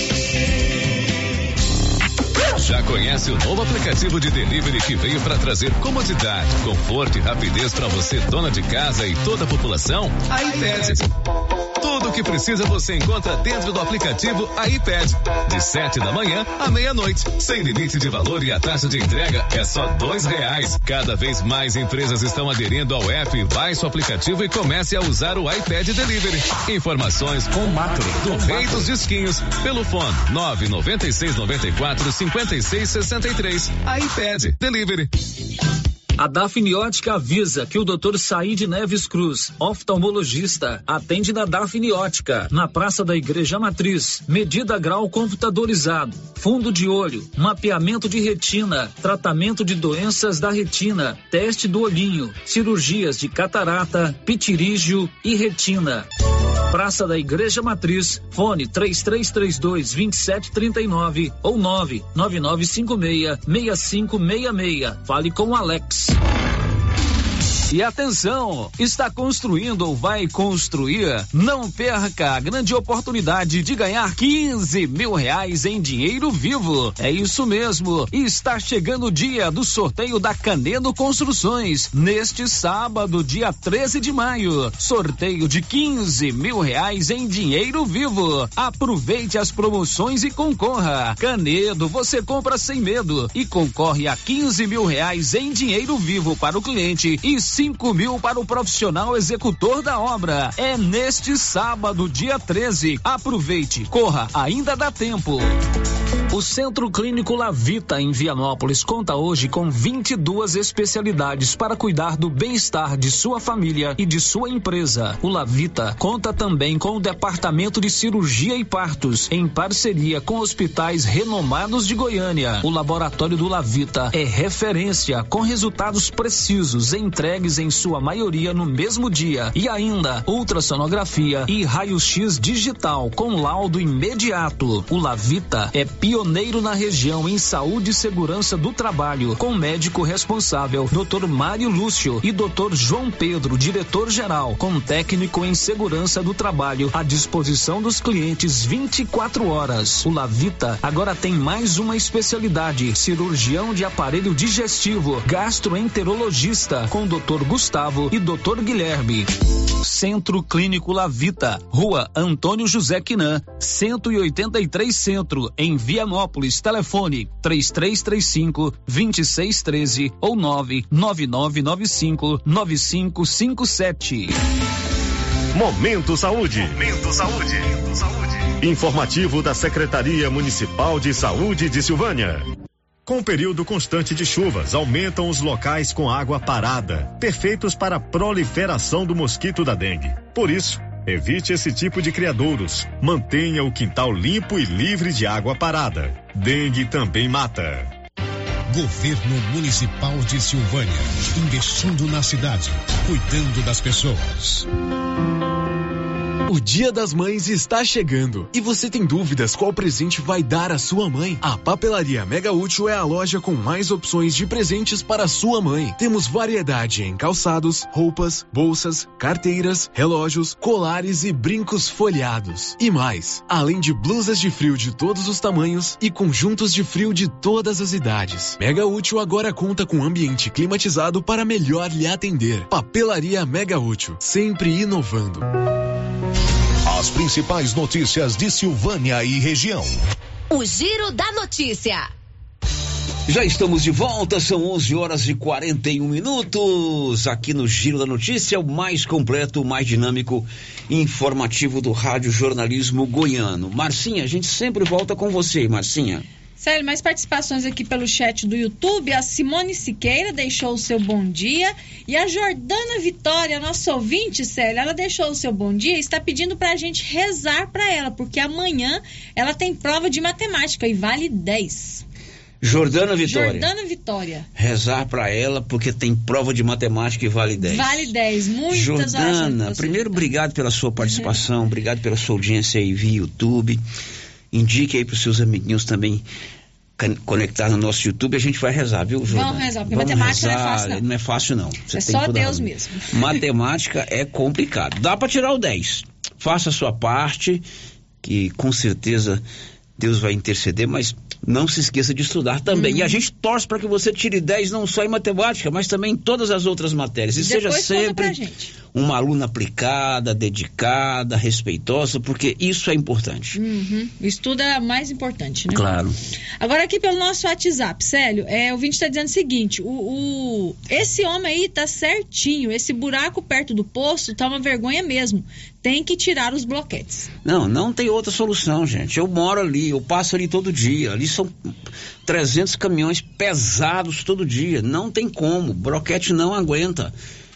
Já conhece o novo aplicativo de delivery que veio para trazer comodidade, conforto e rapidez para você, dona de casa e toda a população? A iPad. Tudo o que precisa você encontra dentro do aplicativo iPad. De sete da manhã à meia-noite. Sem limite de valor e a taxa de entrega é só dois reais. Cada vez mais empresas estão aderindo ao app. Baixe o aplicativo e comece a usar o iPad Delivery. Informações com Macro, do Rei dos Disquinhos, pelo fone nove nove seis nove quatro cinco seis seis três. iPad Delivery. A Dafniótica avisa que o doutor Saíde Neves Cruz, oftalmologista, atende na Dafniótica, na Praça da Igreja Matriz. Medida grau computadorizado, fundo de olho, mapeamento de retina, tratamento de doenças da retina, teste do olhinho, cirurgias de catarata, pitirígio e retina. Praça da Igreja Matriz, fone três três três dois, dois sete três nove ou nove nove nove cinco seis, seis cinco seis seis. Fale com o Alex. E atenção, está construindo ou vai construir? Não perca a grande oportunidade de ganhar quinze mil reais em dinheiro vivo. É isso mesmo, está chegando o dia do sorteio da Canedo Construções, neste sábado, dia treze de maio. Sorteio de quinze mil reais em dinheiro vivo. Aproveite as promoções e concorra. Canedo, você compra sem medo e concorre a quinze mil reais em dinheiro vivo para o cliente e cinco mil para o profissional executor da obra. É neste sábado, dia treze. Aproveite, corra, ainda dá tempo. O Centro Clínico Lavita, em Vianópolis, conta hoje com vinte e duas especialidades para cuidar do bem-estar de sua família e de sua empresa. O Lavita conta também com o Departamento de Cirurgia e Partos, em parceria com hospitais renomados de Goiânia. O Laboratório do Lavita é referência, com resultados precisos, entregues em sua maioria no mesmo dia. E ainda, ultrassonografia e raio-x digital, com laudo imediato. O Lavita é pioneiro na região em saúde e segurança do trabalho, com médico responsável doutor Mário Lúcio e doutor João Pedro, diretor-geral, com técnico em segurança do trabalho à disposição dos clientes vinte e quatro horas. O Lavita agora tem mais uma especialidade: cirurgião de aparelho digestivo, gastroenterologista, com doutor Gustavo e doutor Guilherme. Centro Clínico Lavita, Rua Antônio José Quinan, cento e oitenta e três Centro, em Vianópolis. Telefone três três três cinco, dois seis um três ou nove nove nove nove cinco nove cinco cinco sete. Momento Saúde. Momento Saúde. Momento Saúde. Informativo da Secretaria Municipal de Saúde de Silvânia. Com o período constante de chuvas, aumentam os locais com água parada, perfeitos para a proliferação do mosquito da dengue. Por isso, evite esse tipo de criadouros. Mantenha o quintal limpo e livre de água parada. Dengue também mata. Governo Municipal de Silvânia, investindo na cidade, cuidando das pessoas. O Dia das Mães está chegando e você tem dúvidas qual presente vai dar à sua mãe? A Papelaria Mega Útil é a loja com mais opções de presentes para a sua mãe. Temos variedade em calçados, roupas, bolsas, carteiras, relógios, colares e brincos folheados. E mais, além de blusas de frio de todos os tamanhos e conjuntos de frio de todas as idades. Mega Útil agora conta com ambiente climatizado para melhor lhe atender. Papelaria Mega Útil, sempre inovando. As principais notícias de Silvânia e região. O Giro da Notícia. Já estamos de volta, são onze horas e quarenta e um minutos. Aqui no Giro da Notícia, o mais completo, o mais dinâmico e informativo do Rádio Jornalismo Goiano. Marcinha, a gente sempre volta com você, Marcinha. Célio, mais participações aqui pelo chat do YouTube. A Simone Siqueira deixou o seu bom dia. E a Jordana Vitória, nossa ouvinte, Célio, ela deixou o seu bom dia e está pedindo pra gente rezar pra ela, porque amanhã ela tem prova de matemática e vale dez. Jordana Vitória. Jordana Vitória. Rezar pra ela, porque tem prova de matemática e vale dez. Vale dez, muitas Jordana, primeiro, obrigado pela sua participação, uhum. Obrigado pela sua audiência aí via YouTube. Indique aí para os seus amiguinhos também conectar no nosso YouTube, a gente vai rezar, viu, Jordana? Vamos rezar, porque Vamos matemática rezar, não é fácil, não. Não é fácil, não. Você é tem só Deus razão. mesmo. Matemática é complicado. Dá para tirar o dez. Faça a sua parte, que com certeza Deus vai interceder, mas não se esqueça de estudar também. Uhum. E a gente torce para que você tire dez não só em matemática, mas também em todas as outras matérias. E Depois seja sempre uma aluna aplicada, dedicada, respeitosa, porque isso é importante. Uhum. O estudo é mais importante, né? Claro. Agora aqui pelo nosso WhatsApp, Célio, é, o ouvinte está dizendo o seguinte, o, o, esse homem aí tá certinho, esse buraco perto do poço tá uma vergonha mesmo. Tem que tirar os bloquetes. Não, não tem outra solução, gente. Eu moro ali, eu passo ali todo dia. Ali são trezentos caminhões pesados todo dia. Não tem como. Bloquete não aguenta.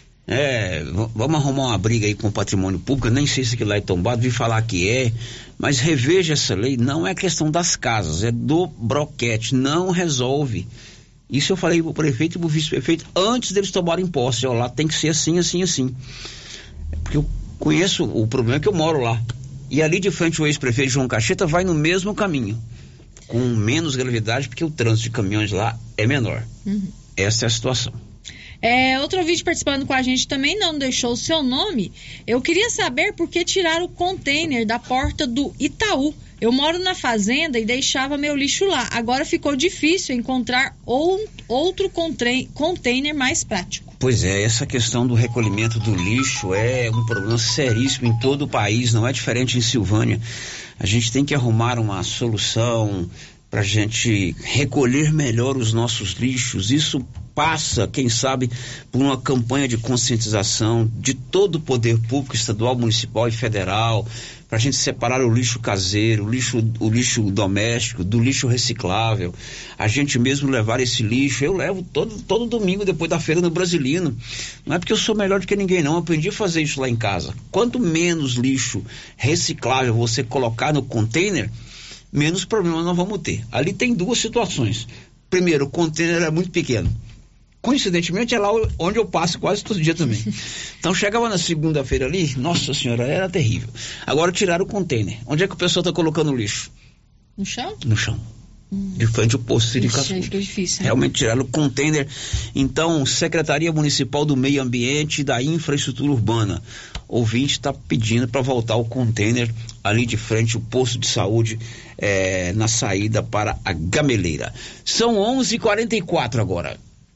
É, vamos arrumar uma briga aí com o patrimônio público. Eu nem sei se aquilo lá é tombado, vi falar que é. Mas reveja essa lei. Não é questão das casas, é do bloquete. Não resolve. Isso eu falei pro prefeito e pro vice-prefeito antes deles tomarem posse. Ó, lá tem que ser assim, assim, assim. Porque eu conheço o problema é que eu moro lá. E ali de frente o ex-prefeito João Cacheta vai no mesmo caminho, com menos gravidade, porque o trânsito de caminhões lá é menor. Uhum. Essa é a situação. É, outro ouvinte participando com a gente também não deixou o seu nome. Eu queria saber por que tiraram o container da porta do Itaú. Eu moro na fazenda e deixava meu lixo lá. Agora ficou difícil encontrar ou, outro container mais prático. Pois é, essa questão do recolhimento do lixo é um problema seríssimo em todo o país, não é diferente em Silvânia. A gente tem que arrumar uma solução para a gente recolher melhor os nossos lixos. Isso passa, quem sabe, por uma campanha de conscientização de todo o poder público, estadual, municipal e federal, para a gente separar o lixo caseiro, o lixo, o lixo doméstico, do lixo reciclável, a gente mesmo levar esse lixo. Eu levo todo, todo domingo depois da feira no Brasilino. Não é porque eu sou melhor do que ninguém, não. Eu aprendi a fazer isso lá em casa. Quanto menos lixo reciclável você colocar no container, menos problema nós vamos ter. Ali tem duas situações. Primeiro, o container é muito pequeno. Coincidentemente é lá onde eu passo quase todo dia também. Então chegava na segunda-feira ali, nossa senhora, era terrível. Agora tiraram o container. Onde é que o pessoal está colocando o lixo? No chão? No chão. Hum. De frente ao posto Siricaçu. Fica difícil. Né? Realmente tiraram o container. Então, Secretaria Municipal do Meio Ambiente e da Infraestrutura Urbana. O ouvinte está pedindo para voltar o container ali de frente ao posto de saúde, é, na saída para a Gameleira. São onze e quarenta e quatro agora.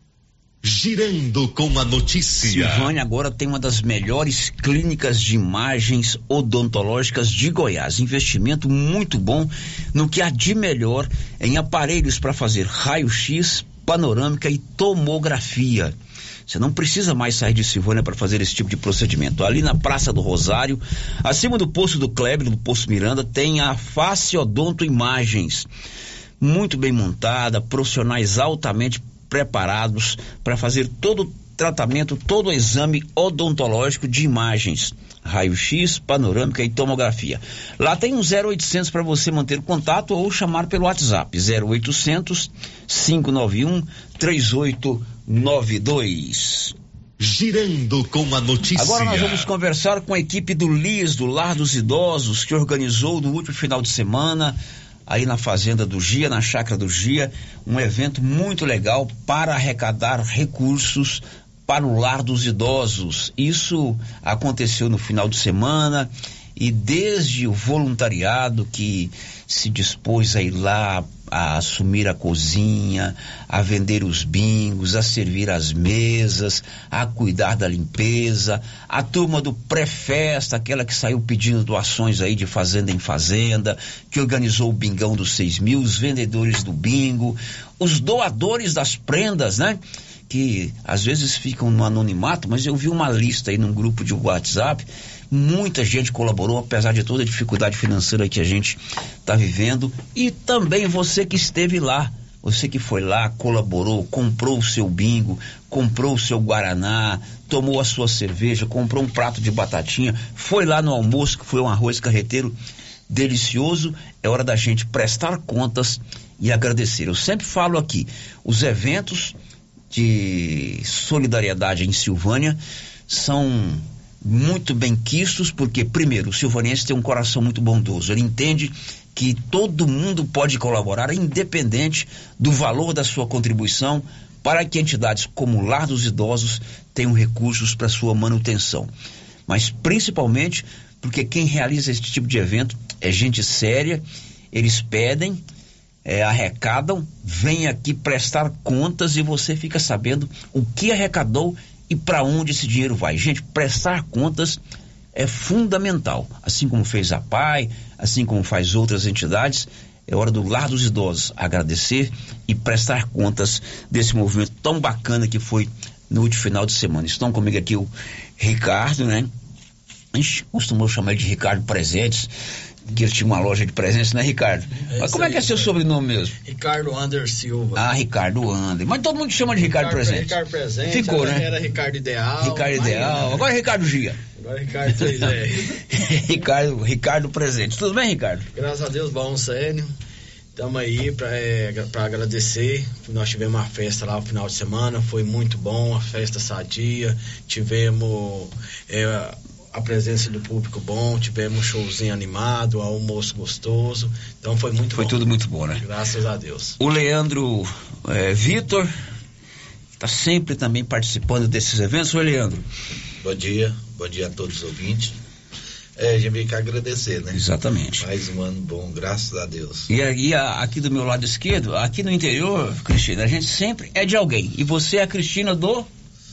Girando com a notícia. Silvânia agora tem uma das melhores clínicas de imagens odontológicas de Goiás. Investimento muito bom no que há de melhor em aparelhos para fazer raio-x, panorâmica e tomografia. Você não precisa mais sair de Silvânia para fazer esse tipo de procedimento. Ali na Praça do Rosário, acima do posto do Kleber, do posto Miranda, tem a Face Odonto Imagens. Muito bem montada, profissionais altamente preparados para fazer todo o tratamento, todo o exame odontológico de imagens. Raio-X, panorâmica e tomografia. Lá tem um zero oitocentos para você manter contato ou chamar pelo WhatsApp. zero oitocentos, cinco nove um, três oito nove dois. Girando com a notícia. Agora nós vamos conversar com a equipe do L I S, do Lar dos Idosos, que organizou no último final de semana, aí na Fazenda do Gia, na Chácara do Gia, um evento muito legal para arrecadar recursos para o Lar dos Idosos. Isso aconteceu no final de semana e desde o voluntariado que se dispôs a ir lá, a assumir a cozinha, a vender os bingos, a servir as mesas, a cuidar da limpeza, a turma do pré-festa, aquela que saiu pedindo doações aí de fazenda em fazenda, que organizou o bingão dos seis mil, os vendedores do bingo, os doadores das prendas, né? Que às vezes ficam no anonimato, mas eu vi uma lista aí num grupo de WhatsApp, muita gente colaborou, apesar de toda a dificuldade financeira que a gente está vivendo, e também você que esteve lá, você que foi lá, colaborou, comprou o seu bingo, comprou o seu guaraná, tomou a sua cerveja, comprou um prato de batatinha, foi lá no almoço, que foi um arroz carreteiro delicioso. É hora da gente prestar contas e agradecer. Eu sempre falo aqui, os eventos de solidariedade em Silvânia são muito bem quistos, porque primeiro, o silvanense tem um coração muito bondoso, ele entende que todo mundo pode colaborar, independente do valor da sua contribuição, para que entidades como o Lar dos Idosos tenham recursos para sua manutenção, mas principalmente porque quem realiza esse tipo de evento é gente séria, eles pedem, É, arrecadam, vem aqui prestar contas e você fica sabendo o que arrecadou e para onde esse dinheiro vai. Gente, prestar contas é fundamental, assim como fez a P A I, assim como faz outras entidades. É hora do Lar dos Idosos agradecer e prestar contas desse movimento tão bacana que foi no último final de semana. Estão comigo aqui o Ricardo, né? A gente costumou chamar ele de Ricardo Presentes, que ele tinha uma loja de presentes, né, Ricardo? É. Mas como é que é seu sobrenome mesmo? Ricardo Ander Silva. Ah, Ricardo Ander. Mas todo mundo chama de Ricardo, Ricardo Presentes. Ricardo Presentes. Ficou, né? Era Ricardo Ideal. Ricardo Ideal. Mas... Agora é Ricardo Gia. Agora é Ricardo três R. Ricardo, Ricardo Presentes. Tudo bem, Ricardo? Graças a Deus, bom, sério. Estamos aí para é, para agradecer. Nós tivemos uma festa lá no final de semana, foi muito bom, a festa sadia. Tivemos... É, a presença do público bom, tivemos um showzinho animado, almoço gostoso, então foi muito foi bom. Foi tudo muito bom, né? Graças a Deus. O Leandro é, Vitor está sempre também participando desses eventos. Oi, Leandro. Bom dia, bom dia a todos os ouvintes. É, a gente vem cá agradecer, né? Exatamente. Mais um ano bom, graças a Deus. E, e a, aqui do meu lado esquerdo, aqui no interior, Cristina, a gente sempre é de alguém, e você é a Cristina do...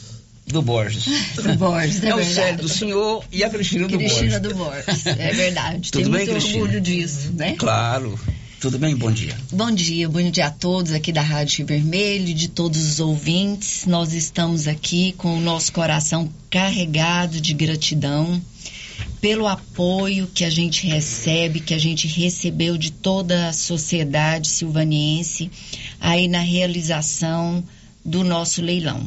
do Borges. Do Borges, é, é o verdade. Célio do senhor e a Cristina do Borges. Cristina do Borges, é verdade. Tudo Tem bem, muito Cristina? Orgulho disso, né? Claro. Tudo bem? Bom dia. Bom dia, bom dia a todos aqui da Rádio Rio Vermelho, de todos os ouvintes. Nós estamos aqui com o nosso coração carregado de gratidão pelo apoio que a gente recebe, que a gente recebeu de toda a sociedade silvaniense aí na realização do nosso leilão.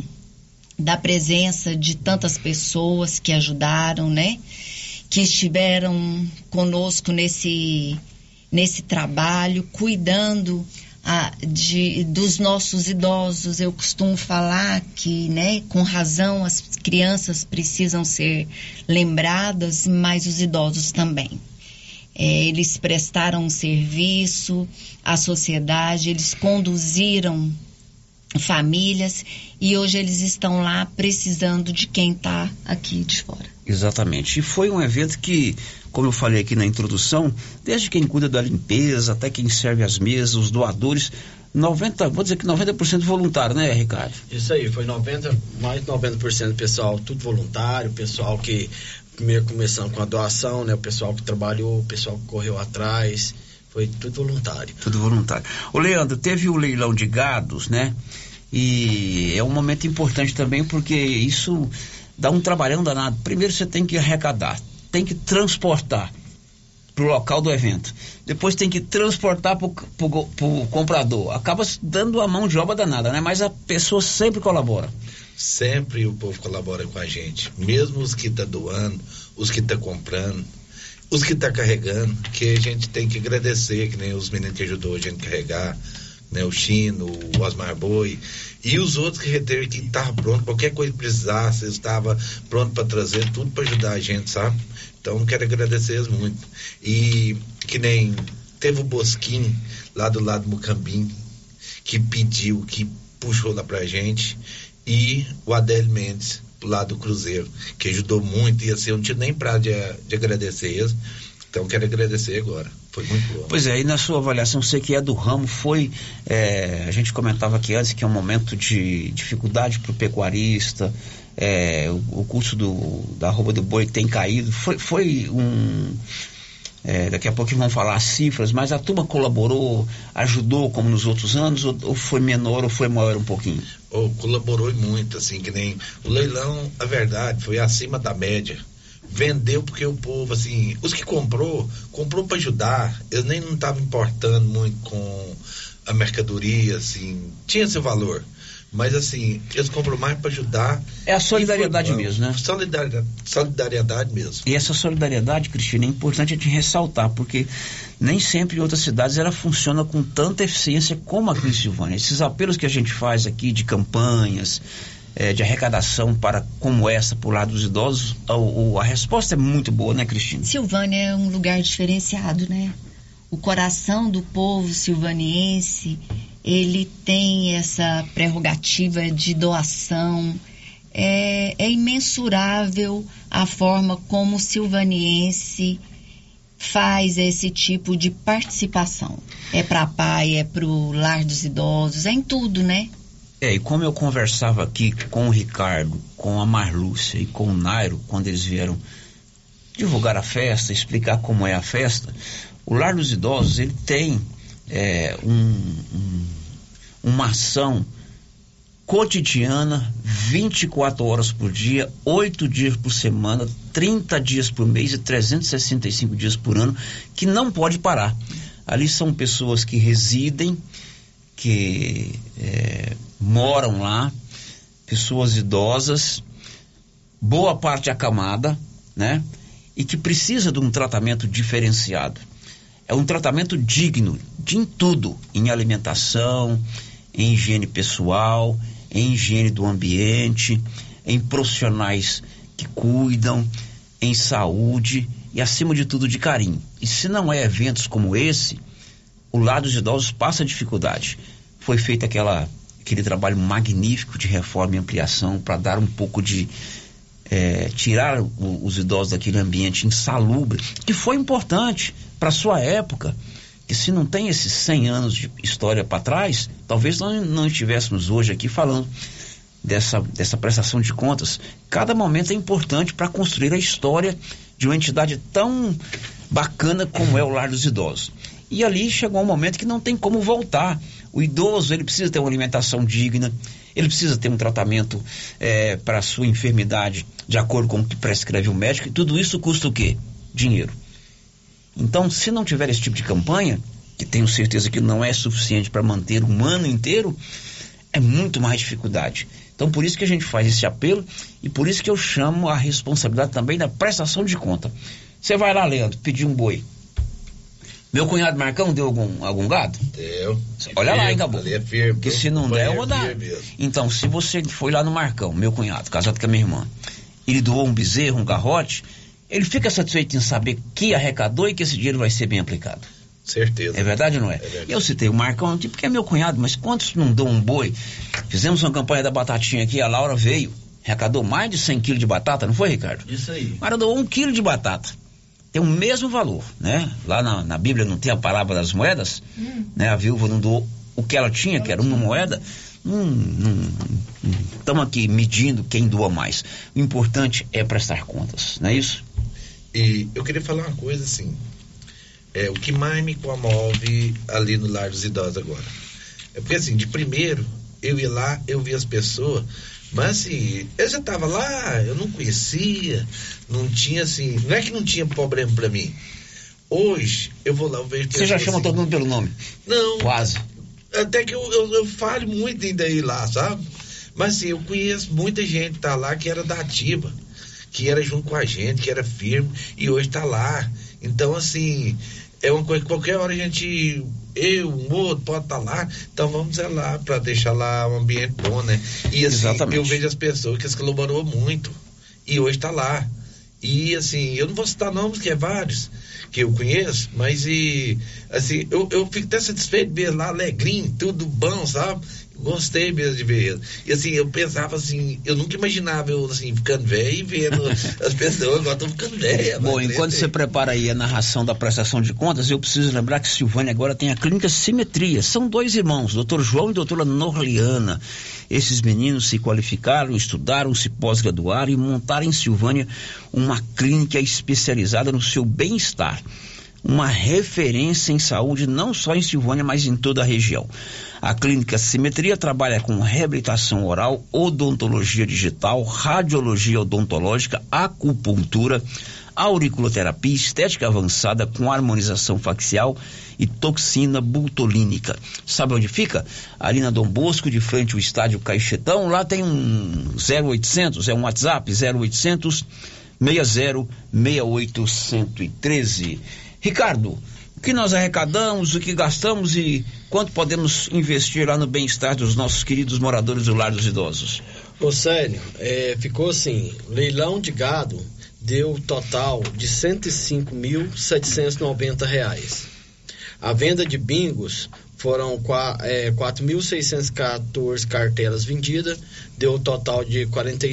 Da presença de tantas pessoas que ajudaram, né? Que estiveram conosco nesse, nesse trabalho, cuidando ah, de, dos nossos idosos. Eu costumo falar que, né, com razão, as crianças precisam ser lembradas, mas os idosos também. É, eles prestaram um serviço à sociedade, eles conduziram famílias e hoje eles estão lá precisando de quem está aqui de fora. Exatamente. E foi um evento que, como eu falei aqui na introdução, desde quem cuida da limpeza até quem serve as mesas, os doadores, noventa, vou dizer que noventa por cento voluntário, né, Ricardo? Isso aí, foi noventa, mais de noventa por cento pessoal, tudo voluntário, pessoal que primeiro começando com a doação, né, o pessoal que trabalhou, o pessoal que correu atrás, foi tudo voluntário. Tudo voluntário. Ô, Leandro, teve o leilão de gados, né? E é um momento importante também porque isso dá um trabalhão danado. Primeiro você tem que arrecadar, tem que transportar para o local do evento, depois tem que transportar para o comprador. Acaba dando a mão de obra danada, né? Mas a pessoa sempre colabora. Sempre o povo colabora com a gente, mesmo os que estão tá doando, os que estão tá comprando, os que estão tá carregando, que a gente tem que agradecer, que nem os meninos que ajudou a gente a carregar, né? O Chino, o Osmar Boi, e os outros que reteram que estavam prontos, qualquer coisa que precisasse, eles estavam prontos para trazer, tudo para ajudar a gente, sabe? Então, quero agradecer eles muito. E que nem teve o Bosquim, lá do lado do Mucambim, que pediu, que puxou lá pra gente, e o Adélio Mendes, do lado do Cruzeiro, que ajudou muito, e assim, eu não tinha nem prazo de, de agradecer eles. Então, quero agradecer agora. Foi muito bom. Pois é, e na sua avaliação, você que é do ramo, foi, é, a gente comentava aqui antes que é um momento de dificuldade para o pecuarista, é, o, o custo do, da arroba do boi tem caído, foi, foi um... É, daqui a pouco vão falar as cifras, mas a turma colaborou, ajudou como nos outros anos, ou, ou foi menor ou foi maior um pouquinho? Oh, colaborou muito, assim, que nem o leilão, a verdade, foi acima da média. Vendeu porque o povo, assim, os que comprou, comprou para ajudar, eles nem não estavam importando muito com a mercadoria, assim, tinha seu valor, mas assim, eles compram mais para ajudar. É a solidariedade mesmo, né? Solidariedade, solidariedade mesmo. E essa solidariedade, Cristina, é importante a gente ressaltar, porque nem sempre em outras cidades ela funciona com tanta eficiência como aqui em Silvânia. Esses apelos que a gente faz aqui de campanhas, É, de arrecadação para como essa por lado dos idosos, a, a resposta é muito boa, né, Cristina? Silvânia é um lugar diferenciado, né? O coração do povo silvaniense, ele tem essa prerrogativa de doação. É, é imensurável a forma como o silvaniense faz esse tipo de participação. É para a P A I, é para o lar dos idosos, é em tudo, né? É, e como eu conversava aqui com o Ricardo, com a Marlúcia e com o Nairo, quando eles vieram divulgar a festa, explicar como é a festa, o Lar dos Idosos, ele tem é, um, um, uma ação cotidiana, vinte e quatro horas por dia, oito dias por semana, trinta dias por mês e trezentos e sessenta e cinco dias por ano, que não pode parar. Ali são pessoas que residem, que é, moram lá, pessoas idosas, boa parte acamada, né? E que precisa de um tratamento diferenciado. É um tratamento digno de em tudo, em alimentação, em higiene pessoal, em higiene do ambiente, em profissionais que cuidam, em saúde e, acima de tudo, de carinho. E se não é eventos como esse, o Lar dos Idosos passa dificuldade. Foi feito aquela, aquele trabalho magnífico de reforma e ampliação para dar um pouco de... É, tirar o, os idosos daquele ambiente insalubre, que foi importante para sua época, que se não tem esses cem anos de história para trás, talvez nós não estivéssemos hoje aqui falando dessa, dessa prestação de contas. Cada momento é importante para construir a história de uma entidade tão bacana como é o Lar dos Idosos. E ali chegou um momento que não tem como voltar. O idoso, ele precisa ter uma alimentação digna, ele precisa ter um tratamento é, para a sua enfermidade de acordo com o que prescreve o médico, e tudo isso custa o quê? Dinheiro. Então, se não tiver esse tipo de campanha, que tenho certeza que não é suficiente para manter um ano inteiro, é muito mais dificuldade. Então, por isso que a gente faz esse apelo e por isso que eu chamo a responsabilidade também da prestação de conta. Você vai lá, Leandro, pedir um boi. Meu cunhado Marcão deu algum, algum gado? Deu. É Olha firme, lá, hein, Gabo? ali é firme. Porque se não der, eu vou dar. Então, se você foi lá no Marcão, meu cunhado, casado com a minha irmã, ele doou um bezerro, um garrote, ele fica satisfeito em saber que arrecadou e que esse dinheiro vai ser bem aplicado. Certeza. É verdade ou não é? É verdade. Eu citei o Marcão, tipo, porque é meu cunhado, mas quantos não dão um boi? Fizemos uma campanha da batatinha aqui, a Laura veio, arrecadou mais de cem quilos de batata, não foi, Ricardo? Isso aí. Mas doou um quilo de batata. Tem o mesmo valor, né? Lá na, na Bíblia não tem a parábola das moedas, hum. né? A viúva não doou o que ela tinha, que era uma moeda. Não estamos aqui medindo quem doa mais. O importante é prestar contas, não é isso? E eu queria falar uma coisa assim, é, o que mais me comove ali no Lar dos Idosos agora, é porque assim, de primeiro, eu ia lá, eu via as pessoas, mas assim, eu já tava lá, eu não conhecia, não tinha assim, não é que não tinha problema pra mim. Hoje, eu vou lá, eu vejo... Você já chama assim, todo mundo pelo nome? Não. Quase. Até que eu, eu, eu falo muito ainda ir lá, sabe? Mas assim, eu conheço muita gente que tá lá que era da ativa, que era junto com a gente, que era firme, e hoje tá lá. Então, assim, é uma coisa que qualquer hora a gente, eu, um outro, pode estar tá lá, então vamos é lá, para deixar lá um ambiente bom, né? E assim, exatamente, eu vejo as pessoas que se colaborou muito, e hoje tá lá. E assim, eu não vou citar nomes, que é vários que eu conheço, mas e assim, eu, eu fico até satisfeito de ver lá, alegrinho, tudo bom, sabe? Gostei mesmo de ver ele. E assim, eu pensava assim, eu nunca imaginava eu assim, ficando velho e vendo as pessoas, agora estão ficando velhas. Bom, enquanto você prepara aí a narração da prestação de contas, eu preciso lembrar que Silvânia agora tem a clínica Simetria. São dois irmãos, doutor João e doutora Norliana. Esses meninos se qualificaram, estudaram, se pós-graduaram e montaram em Silvânia uma clínica especializada no seu bem-estar. Uma referência em saúde não só em Silvânia, mas em toda a região. A Clínica Simetria trabalha com reabilitação oral, odontologia digital, radiologia odontológica, acupuntura, auriculoterapia, estética avançada com harmonização facial e toxina butolínica. Sabe onde fica? Ali na Dom Bosco, de frente ao estádio Caixetão. Lá tem um zero oitocentos, é um WhatsApp, zero oitocentos, seis zero seis oito um três. Ricardo, o que nós arrecadamos, o que gastamos e quanto podemos investir lá no bem-estar dos nossos queridos moradores do Lar dos Idosos? Ô Célio, é, ficou assim, leilão de gado deu total de cento e cinco mil setecentos e noventa reais. A venda de bingos foram é, quatro mil seiscentos e quatorze cartelas vendidas, deu total de quarenta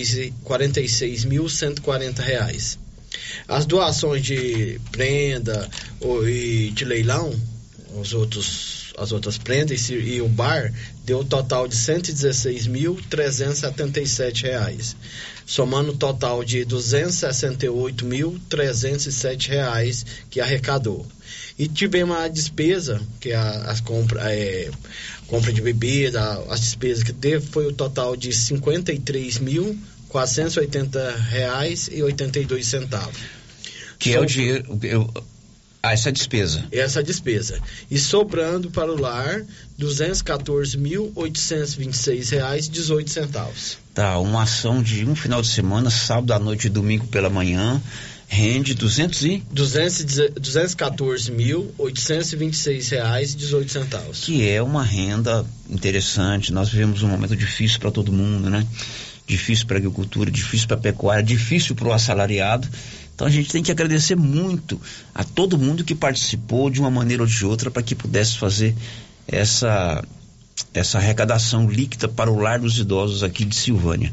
e seis mil cento e quarenta reais. As doações de prenda ou, e de leilão, os outros, as outras prendas e, e o bar, deu um total de cento e dezesseis mil trezentos e setenta e sete reais, somando o total de duzentos e sessenta e oito mil trezentos e sete reais que arrecadou. E tivemos a despesa, que é a, as compra, é, compra de bebida, as despesas que teve, foi o total de cinquenta e três mil quatrocentos e oitenta reais e oitenta e dois centavos. Que so... é o dinheiro... Eu... Ah, essa despesa. Essa despesa. E sobrando para o lar, duzentos e quatorze mil oitocentos e vinte e seis reais e dezoito centavos. Tá, uma ação de um final de semana, sábado à noite e domingo pela manhã, rende duzentos e... duzentos e quatorze mil oitocentos e vinte e seis reais e dezoito centavos. Que é uma renda interessante. Nós vivemos um momento difícil para todo mundo, né? Difícil para a agricultura, difícil para a pecuária, difícil para o assalariado. Então a gente tem que agradecer muito a todo mundo que participou de uma maneira ou de outra para que pudesse fazer essa, essa arrecadação líquida para o Lar dos Idosos aqui de Silvânia.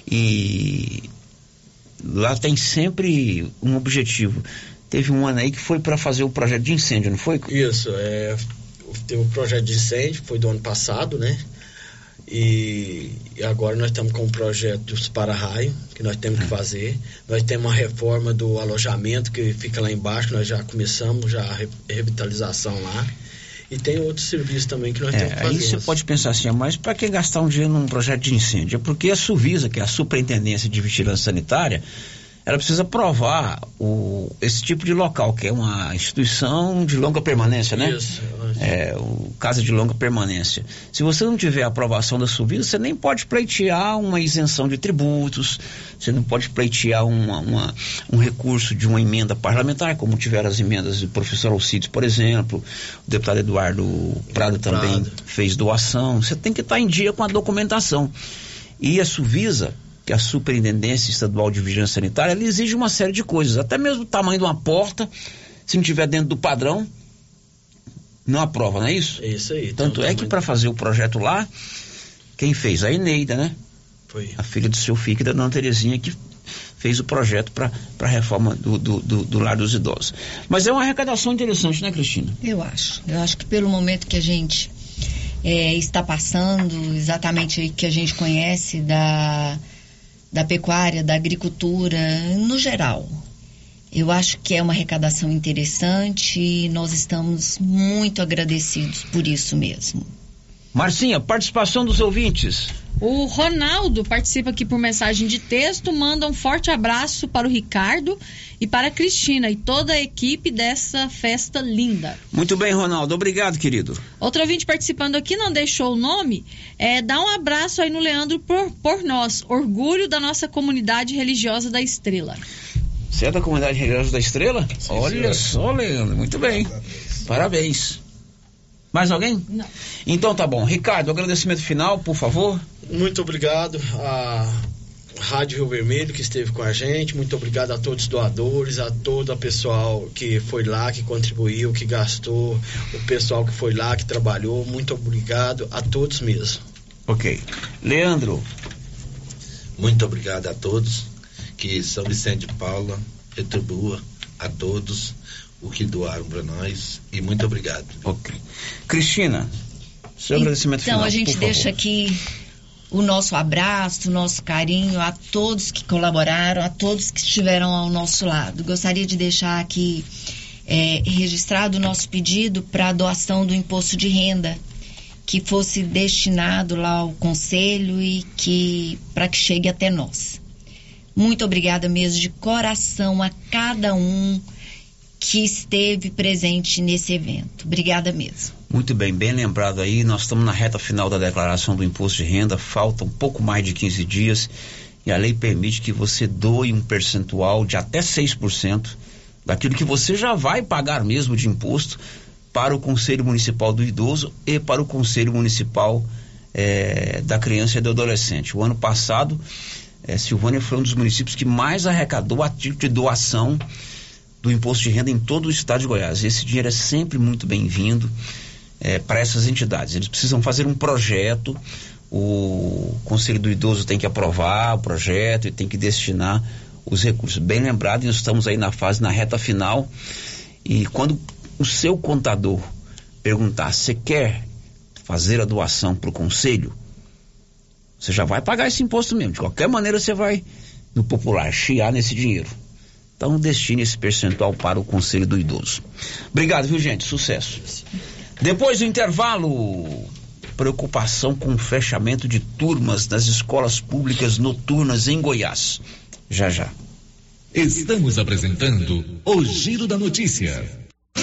E lá tem sempre um objetivo. Teve um ano aí que foi para fazer o projeto de incêndio, não foi? Isso, é, teve o projeto de incêndio, foi do ano passado, né? E, e agora nós estamos com um projeto dos para-raio que nós temos que fazer. Nós temos uma reforma do alojamento que fica lá embaixo, que nós já começamos já a re, revitalização lá. E tem outros serviços também que nós é, temos que fazer. Aí você pode pensar assim, mas para que gastar um dinheiro num projeto de incêndio? É porque a Suvisa, que é a Superintendência de Vigilância Sanitária, ela precisa aprovar o, esse tipo de local, que é uma instituição de longa permanência, né? Isso. É, o casa de longa permanência. Se você não tiver a aprovação da Suvisa, você nem pode pleitear uma isenção de tributos, você não pode pleitear uma, uma, um recurso de uma emenda parlamentar, como tiveram as emendas do professor Alcides, por exemplo. O deputado Eduardo Prado também Prado. fez doação. Você tem que estar em dia com a documentação. E a Suvisa, que é a Superintendência Estadual de Vigilância Sanitária, ela exige uma série de coisas, até mesmo o tamanho de uma porta, se não estiver dentro do padrão, não aprova, não é isso? É isso aí. Tanto é que para fazer o projeto lá, quem fez? A Eneida, né? Foi. A filha do seu filho, da Dona Terezinha, que fez o projeto para a reforma do, do, do, do Lar dos Idosos. Mas é uma arrecadação interessante, né, Cristina? Eu acho. Eu acho que pelo momento que a gente é, está passando, exatamente aí que a gente conhece da... da pecuária, da agricultura, no geral. Eu acho que é uma arrecadação interessante e nós estamos muito agradecidos por isso mesmo. Marcinha, participação dos ouvintes. O Ronaldo participa aqui por mensagem de texto, manda um forte abraço para o Ricardo e para a Cristina e toda a equipe dessa festa linda. Muito bem, Ronaldo, obrigado, querido. Outro ouvinte participando aqui, não deixou o nome, é, dá um abraço aí no Leandro por, por nós, orgulho da nossa comunidade religiosa da Estrela. Você é da comunidade religiosa da Estrela? Sim, olha só, Leandro, muito bem, parabéns. Mais alguém? Não. Então tá bom. Ricardo, agradecimento final, por favor. Muito obrigado à Rádio Rio Vermelho que esteve com a gente. Muito obrigado a todos os doadores, a todo o pessoal que foi lá, que contribuiu, que gastou, o pessoal que foi lá, que trabalhou. Muito obrigado a todos mesmo. Ok. Leandro. Muito obrigado a todos. Que São Vicente de Paula retribua a todos o que doaram para nós e muito obrigado. Ok. Cristina, seu agradecimento então, final. Então a gente deixa aqui o nosso abraço, o nosso carinho a todos que colaboraram, a todos que estiveram ao nosso lado. Gostaria de deixar aqui é, registrado o nosso pedido para a doação do imposto de renda, que fosse destinado lá ao conselho e que para que chegue até nós. Muito obrigada mesmo de coração a cada um que esteve presente nesse evento. Obrigada mesmo. Muito bem, bem lembrado aí, nós estamos na reta final da declaração do imposto de renda, falta um pouco mais de quinze dias e a lei permite que você doe um percentual de até seis por cento daquilo que você já vai pagar mesmo de imposto para o Conselho Municipal do Idoso e para o Conselho Municipal eh, da Criança e do Adolescente. O ano passado, eh, Silvânia foi um dos municípios que mais arrecadou a título de doação do imposto de renda em todo o estado de Goiás. Esse dinheiro é sempre muito bem-vindo é, para essas entidades. Eles precisam fazer um projeto, o Conselho do Idoso tem que aprovar o projeto e tem que destinar os recursos. Bem lembrado, nós estamos aí na fase, na reta final, e quando o seu contador perguntar se você quer fazer a doação para o Conselho, você já vai pagar esse imposto mesmo. De qualquer maneira você vai, no popular, chiar nesse dinheiro. Então destine esse percentual para o Conselho do Idoso. Obrigado, viu, gente? Sucesso. Depois do intervalo, preocupação com o fechamento de turmas nas escolas públicas noturnas em Goiás. Já, já. Estamos apresentando o Giro da Notícia.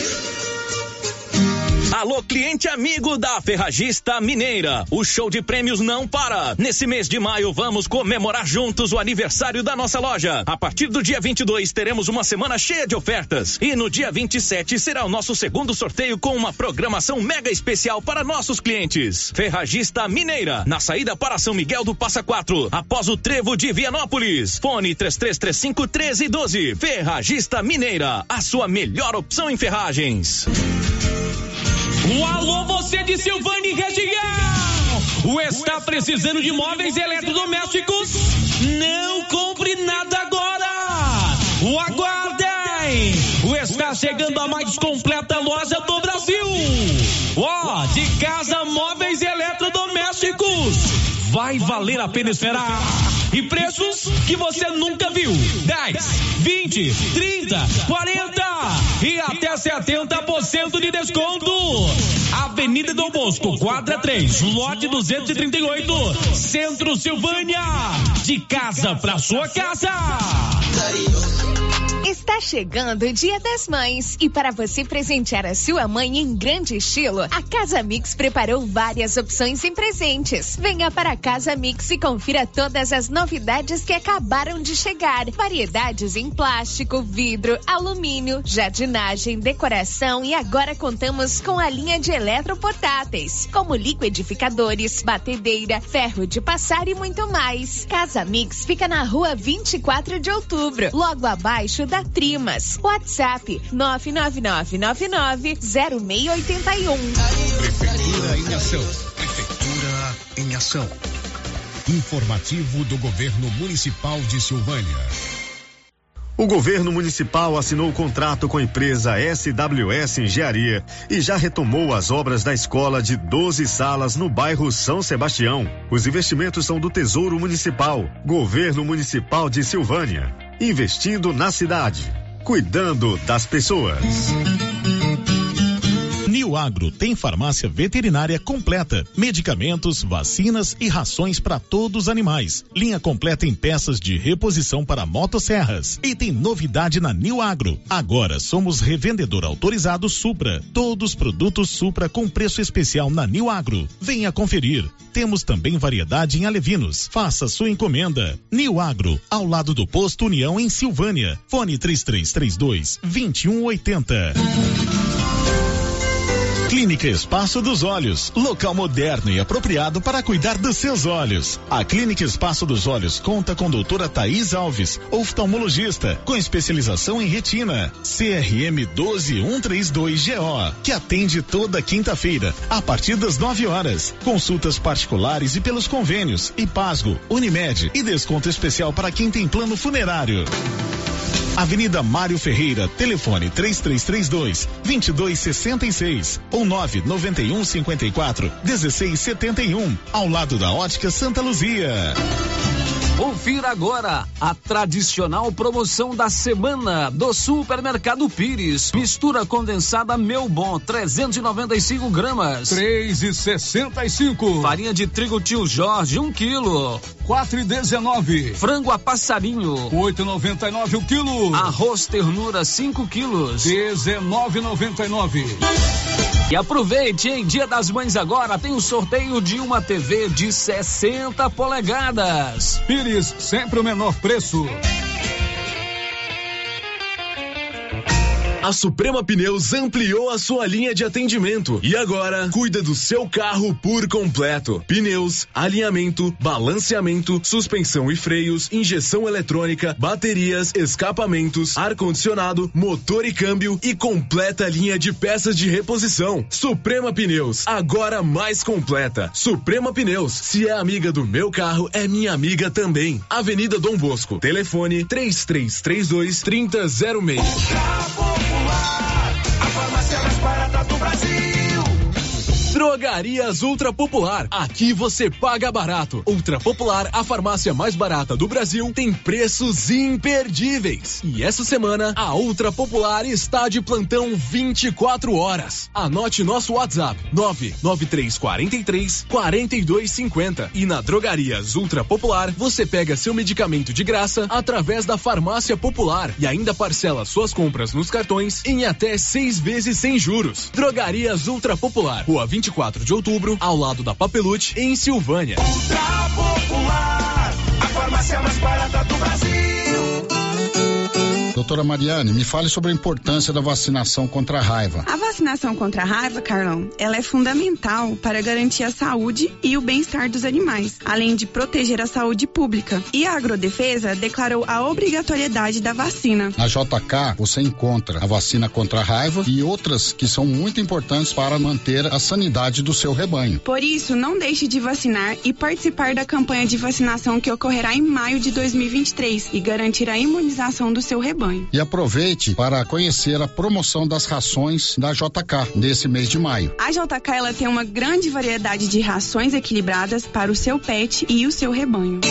Alô, cliente amigo da Ferragista Mineira. O show de prêmios não para. Nesse mês de maio, vamos comemorar juntos o aniversário da nossa loja. A partir do dia vinte e dois, teremos uma semana cheia de ofertas. E no dia vinte e sete, será o nosso segundo sorteio com uma programação mega especial para nossos clientes. Ferragista Mineira, na saída para São Miguel do Passa Quatro, após o trevo de Vianópolis. Fone três três três cinco, um três um dois. Ferragista Mineira, a sua melhor opção em ferragens. Um alô, você de Silvânia e região! Está precisando de móveis eletrodomésticos? Não compre nada agora! O aguardem! Está chegando a mais completa loja do Brasil! Ó, oh, de casa, móveis eletrodomésticos! Vai valer a pena esperar! E preços que você nunca viu. dez, vinte, trinta, quarenta e até setenta por cento de desconto. Avenida Dom Bosco, quadra três, lote duzentos e trinta e oito, Centro Silvânia. De casa pra sua casa. Está chegando o Dia das Mães e para você presentear a sua mãe em grande estilo, a Casa Mix preparou várias opções em presentes. Venha para a Casa Mix e confira todas as novidades que acabaram de chegar. Variedades em plástico, vidro, alumínio, jardinagem, decoração e agora contamos com a linha de eletroportáteis, como liquidificadores, batedeira, ferro de passar e muito mais. Casa Mix fica na rua vinte e quatro de outubro, logo abaixo da Trimas. WhatsApp nove nove nove nove nove zero seis oito um. Prefeitura em ação. Prefeitura em ação. Informativo do Governo Municipal de Silvânia. O governo municipal assinou o contrato com a empresa S W S Engenharia e já retomou as obras da escola de doze salas no bairro São Sebastião. Os investimentos são do Tesouro Municipal, Governo Municipal de Silvânia, investindo na cidade, cuidando das pessoas. New New Agro tem farmácia veterinária completa, medicamentos, vacinas e rações para todos os animais. Linha completa em peças de reposição para motosserras. E tem novidade na New Agro. Agora somos revendedor autorizado Supra. Todos os produtos Supra com preço especial na New Agro. Venha conferir. Temos também variedade em alevinos. Faça sua encomenda. New Agro, ao lado do Posto União em Silvânia. Fone três três três dois, dois um oito zero. Clínica Espaço dos Olhos, local moderno e apropriado para cuidar dos seus olhos. A Clínica Espaço dos Olhos conta com doutora Thaís Alves, oftalmologista, com especialização em retina, C R M um dois um três dois G O, que atende toda quinta-feira, a partir das nove horas. Consultas particulares e pelos convênios, Ipasgo, Unimed e desconto especial para quem tem plano funerário. Avenida Mário Ferreira, telefone três três três dois, dois dois seis seis ou nove nove um cinco quatro, um seis sete um, ao lado da Ótica Santa Luzia. Confira agora a tradicional promoção da semana do Supermercado Pires. Mistura condensada Meu Bom, trezentos e noventa e cinco gramas. três e sessenta e cinco. Farinha de trigo Tio Jorge, um quilo. quatro e dezenove. Frango a passarinho. oito e noventa e nove o quilo. Arroz ternura, cinco quilos. dezenove e noventa e nove. E aproveite, em Dia das Mães agora tem o sorteio de uma T V de sessenta polegadas. Pires, sempre o menor preço. A Suprema Pneus ampliou a sua linha de atendimento e agora cuida do seu carro por completo. Pneus, alinhamento, balanceamento, suspensão e freios, injeção eletrônica, baterias, escapamentos, ar-condicionado, motor e câmbio e completa linha de peças de reposição. Suprema Pneus, agora mais completa. Suprema Pneus, se é amiga do meu carro, é minha amiga também. Avenida Dom Bosco, telefone três três três dois, três zero zero seis. A farmácia mais barata do Brasil. Drogarias Ultra Popular. Aqui você paga barato. Ultra Popular, a farmácia mais barata do Brasil, tem preços imperdíveis. E essa semana, a Ultra Popular está de plantão vinte e quatro horas. Anote nosso WhatsApp: nove nove três quatro três, quatro dois cinco zero. E na Drogarias Ultra Popular, você pega seu medicamento de graça através da Farmácia Popular e ainda parcela suas compras nos cartões em até seis vezes sem juros. Drogarias Ultra Popular, Rua vinte e quatro de outubro, ao lado da Papelute, em Silvânia. Ultra Popular, a farmácia mais barata do Brasil. Doutora Mariane, me fale sobre a importância da vacinação contra a raiva. A vacinação contra a raiva, Carlão, ela é fundamental para garantir a saúde e o bem-estar dos animais, além de proteger a saúde pública. E a Agrodefesa declarou a obrigatoriedade da vacina. Na J K, você encontra a vacina contra a raiva e outras que são muito importantes para manter a sanidade do seu rebanho. Por isso, não deixe de vacinar e participar da campanha de vacinação que ocorrerá em maio de dois mil e vinte e três e garantir a imunização do seu rebanho. E aproveite para conhecer a promoção das rações da J K nesse mês de maio. A J K ela tem uma grande variedade de rações equilibradas para o seu pet e o seu rebanho.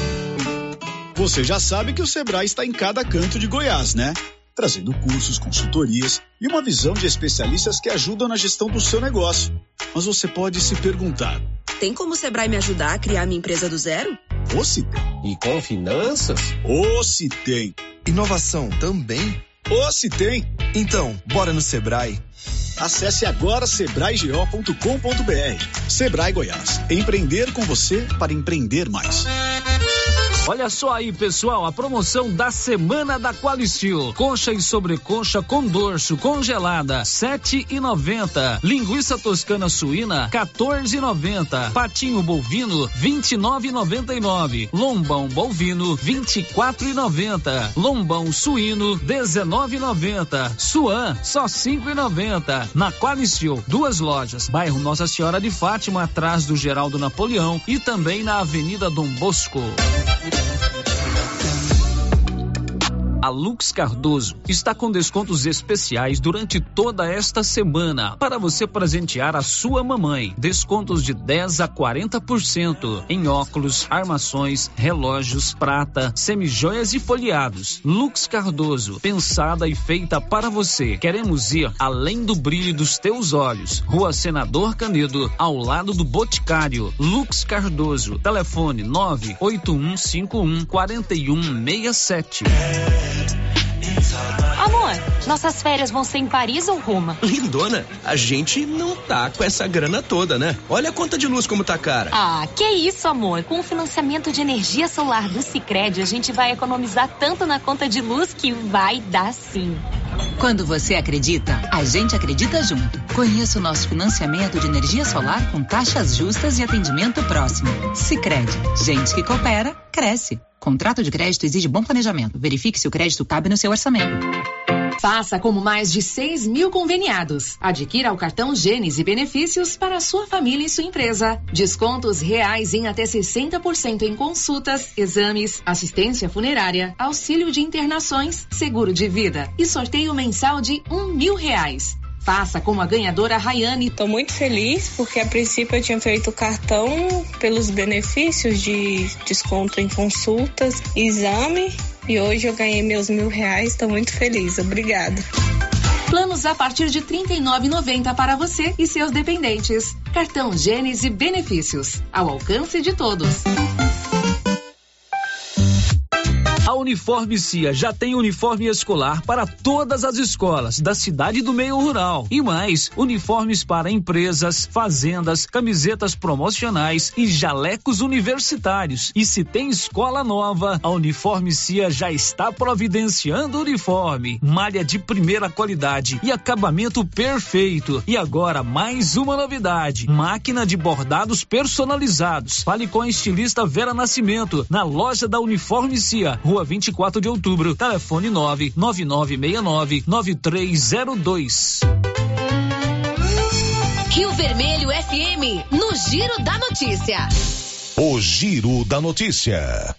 Você já sabe que o Sebrae está em cada canto de Goiás, né? Trazendo cursos, consultorias e uma visão de especialistas que ajudam na gestão do seu negócio. Mas você pode se perguntar: tem como o Sebrae me ajudar a criar minha empresa do zero? Ou se tem. E com finanças? Ou se tem. Inovação também? Ou se tem. Então, bora no Sebrae. Acesse agora sebrae g o ponto com ponto b r. Sebrae Goiás. Empreender com você para empreender mais. Olha só aí, pessoal, a promoção da semana da Qualicil. Concha e sobreconcha com dorso congelada, sete e noventa. Linguiça toscana suína, quatorze e noventa. Patinho bovino, vinte e nove e noventa e nove. Lombão bovino, vinte e quatro e noventa. Lombão suíno, dezenove e noventa. Suan, só cinco e noventa. Na Qualicil, duas lojas, bairro Nossa Senhora de Fátima, atrás do Geraldo Napoleão, e também na Avenida Dom Bosco. A Lux Cardoso está com descontos especiais durante toda esta semana para você presentear a sua mamãe. Descontos de dez a quarenta por cento em óculos, armações, relógios, prata, semijoias e folheados. Lux Cardoso, pensada e feita para você. Queremos ir além do brilho dos teus olhos. Rua Senador Canedo, ao lado do Boticário. Lux Cardoso, telefone nove oito um cinco um quatro um seis sete. Amor, nossas férias vão ser em Paris ou Roma? Lindona, a gente não tá com essa grana toda, né? Olha a conta de luz como tá cara. Ah, que isso, amor. Com o financiamento de energia solar do Sicredi, a gente vai economizar tanto na conta de luz que vai dar sim. Quando você acredita, a gente acredita junto. Conheça o nosso financiamento de energia solar com taxas justas e atendimento próximo. Sicredi, gente que coopera, cresce. Contrato de crédito exige bom planejamento. Verifique se o crédito cabe no seu orçamento. Faça como mais de seis mil conveniados. Adquira o cartão Gênese Benefícios para a sua família e sua empresa. Descontos reais em até sessenta por cento em consultas, exames, assistência funerária, auxílio de internações, seguro de vida e sorteio mensal de um mil reais. Faça como a ganhadora Rayane. Estou muito feliz porque a princípio eu tinha feito o cartão pelos benefícios de desconto em consultas, exame, e hoje eu ganhei meus mil reais. Estou muito feliz. Obrigada. Planos a partir de trinta e nove reais e noventa centavos para você e seus dependentes. Cartão Gênese Benefícios, ao alcance de todos. A Uniforme Cia já tem uniforme escolar para todas as escolas da cidade e do meio rural. E mais, uniformes para empresas, fazendas, camisetas promocionais e jalecos universitários. E se tem escola nova, a Uniforme Cia já está providenciando uniforme, malha de primeira qualidade e acabamento perfeito. E agora mais uma novidade: máquina de bordados personalizados. Fale com a estilista Vera Nascimento na loja da Uniforme Cia, Rua vinte e quatro de outubro, telefone nove nove nove seis nove nove três zero dois. Rio Vermelho F M, no Giro da Notícia. O Giro da Notícia.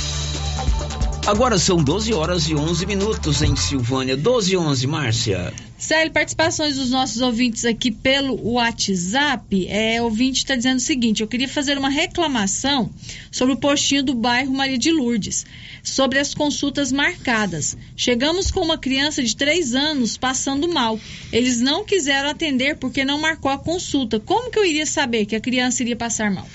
Agora são doze horas e onze minutos em Silvânia. doze e onze, Márcia. Célio, participações dos nossos ouvintes aqui pelo WhatsApp. É, o ouvinte está dizendo o seguinte: eu queria fazer uma reclamação sobre o postinho do bairro Maria de Lourdes, sobre as consultas marcadas. Chegamos com uma criança de três anos passando mal. Eles não quiseram atender porque não marcou a consulta. Como que eu iria saber que a criança iria passar mal?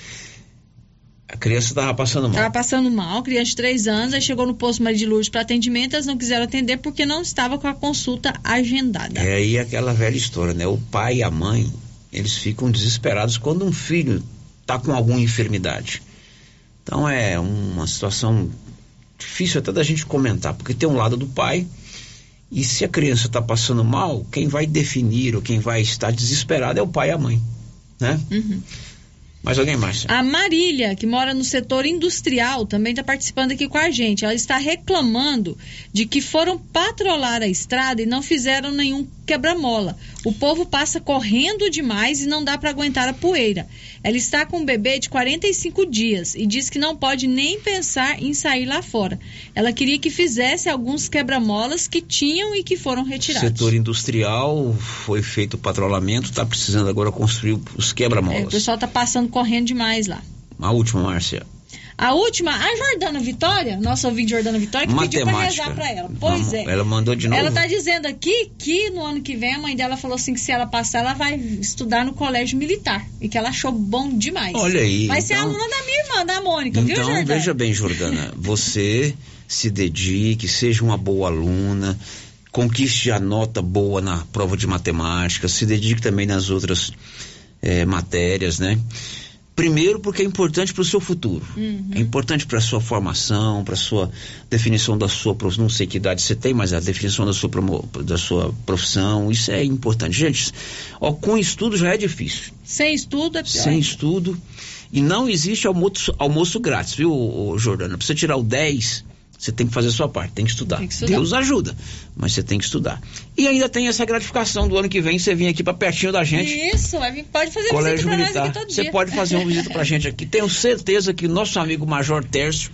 A criança estava passando mal. Estava passando mal, criança de três anos, aí chegou no posto Maria de Lourdes para atendimento, elas não quiseram atender porque não estava com a consulta agendada. É aí aquela velha história, né? O pai e a mãe, eles ficam desesperados quando um filho está com alguma enfermidade. Então é uma situação difícil até da gente comentar, porque tem um lado do pai, e se a criança está passando mal, quem vai definir ou quem vai estar desesperado é o pai e a mãe, né? Uhum. Mais alguém mais? A Marília, que mora no setor industrial, também está participando aqui com a gente. Ela está reclamando de que foram patrolar a estrada e não fizeram nenhum quebra-mola. O povo passa correndo demais e não dá para aguentar a poeira. Ela está com um bebê de quarenta e cinco dias e diz que não pode nem pensar em sair lá fora. Ela queria que fizesse alguns quebra-molas que tinham e que foram retirados. Setor industrial, foi feito o patrulhamento, está precisando agora construir os quebra-molas. É, o pessoal está passando correndo demais lá. A última, Márcia. A última, a Jordana Vitória, nossa ouvinte Jordana Vitória, que Matemática. pediu para rezar para ela. Pois Vamos, é. Ela mandou de novo. Ela está dizendo aqui que no ano que vem a mãe dela falou assim que se ela passar, ela vai estudar no colégio militar. E que ela achou bom demais. Olha aí. Vai ser então, aluna da minha irmã, da Mônica, então, viu, Jordana? Então, veja bem, Jordana, você se dedique, seja uma boa aluna, conquiste a nota boa na prova de matemática, se dedique também nas outras é, matérias, né? Primeiro porque é importante para o seu futuro, uhum. É importante para a sua formação, para a sua definição da sua, não sei que idade você tem, mas a definição da sua, da sua profissão, isso é importante. Gente, ó, com estudo já é difícil. Sem estudo é pior. Sem estudo, e não existe almoço, almoço grátis, viu, Jordana? Para você tirar o dez, você tem que fazer a sua parte, tem que estudar. Tem que estudar. Deus ajuda, mas você tem que estudar. E ainda tem essa gratificação do ano que vem, você vir aqui para pertinho da gente. Isso, pode fazer Colégio visita Militar. Pra nós aqui todo você dia. Pode fazer uma visita pra gente aqui. Tenho certeza que nosso amigo Major Tércio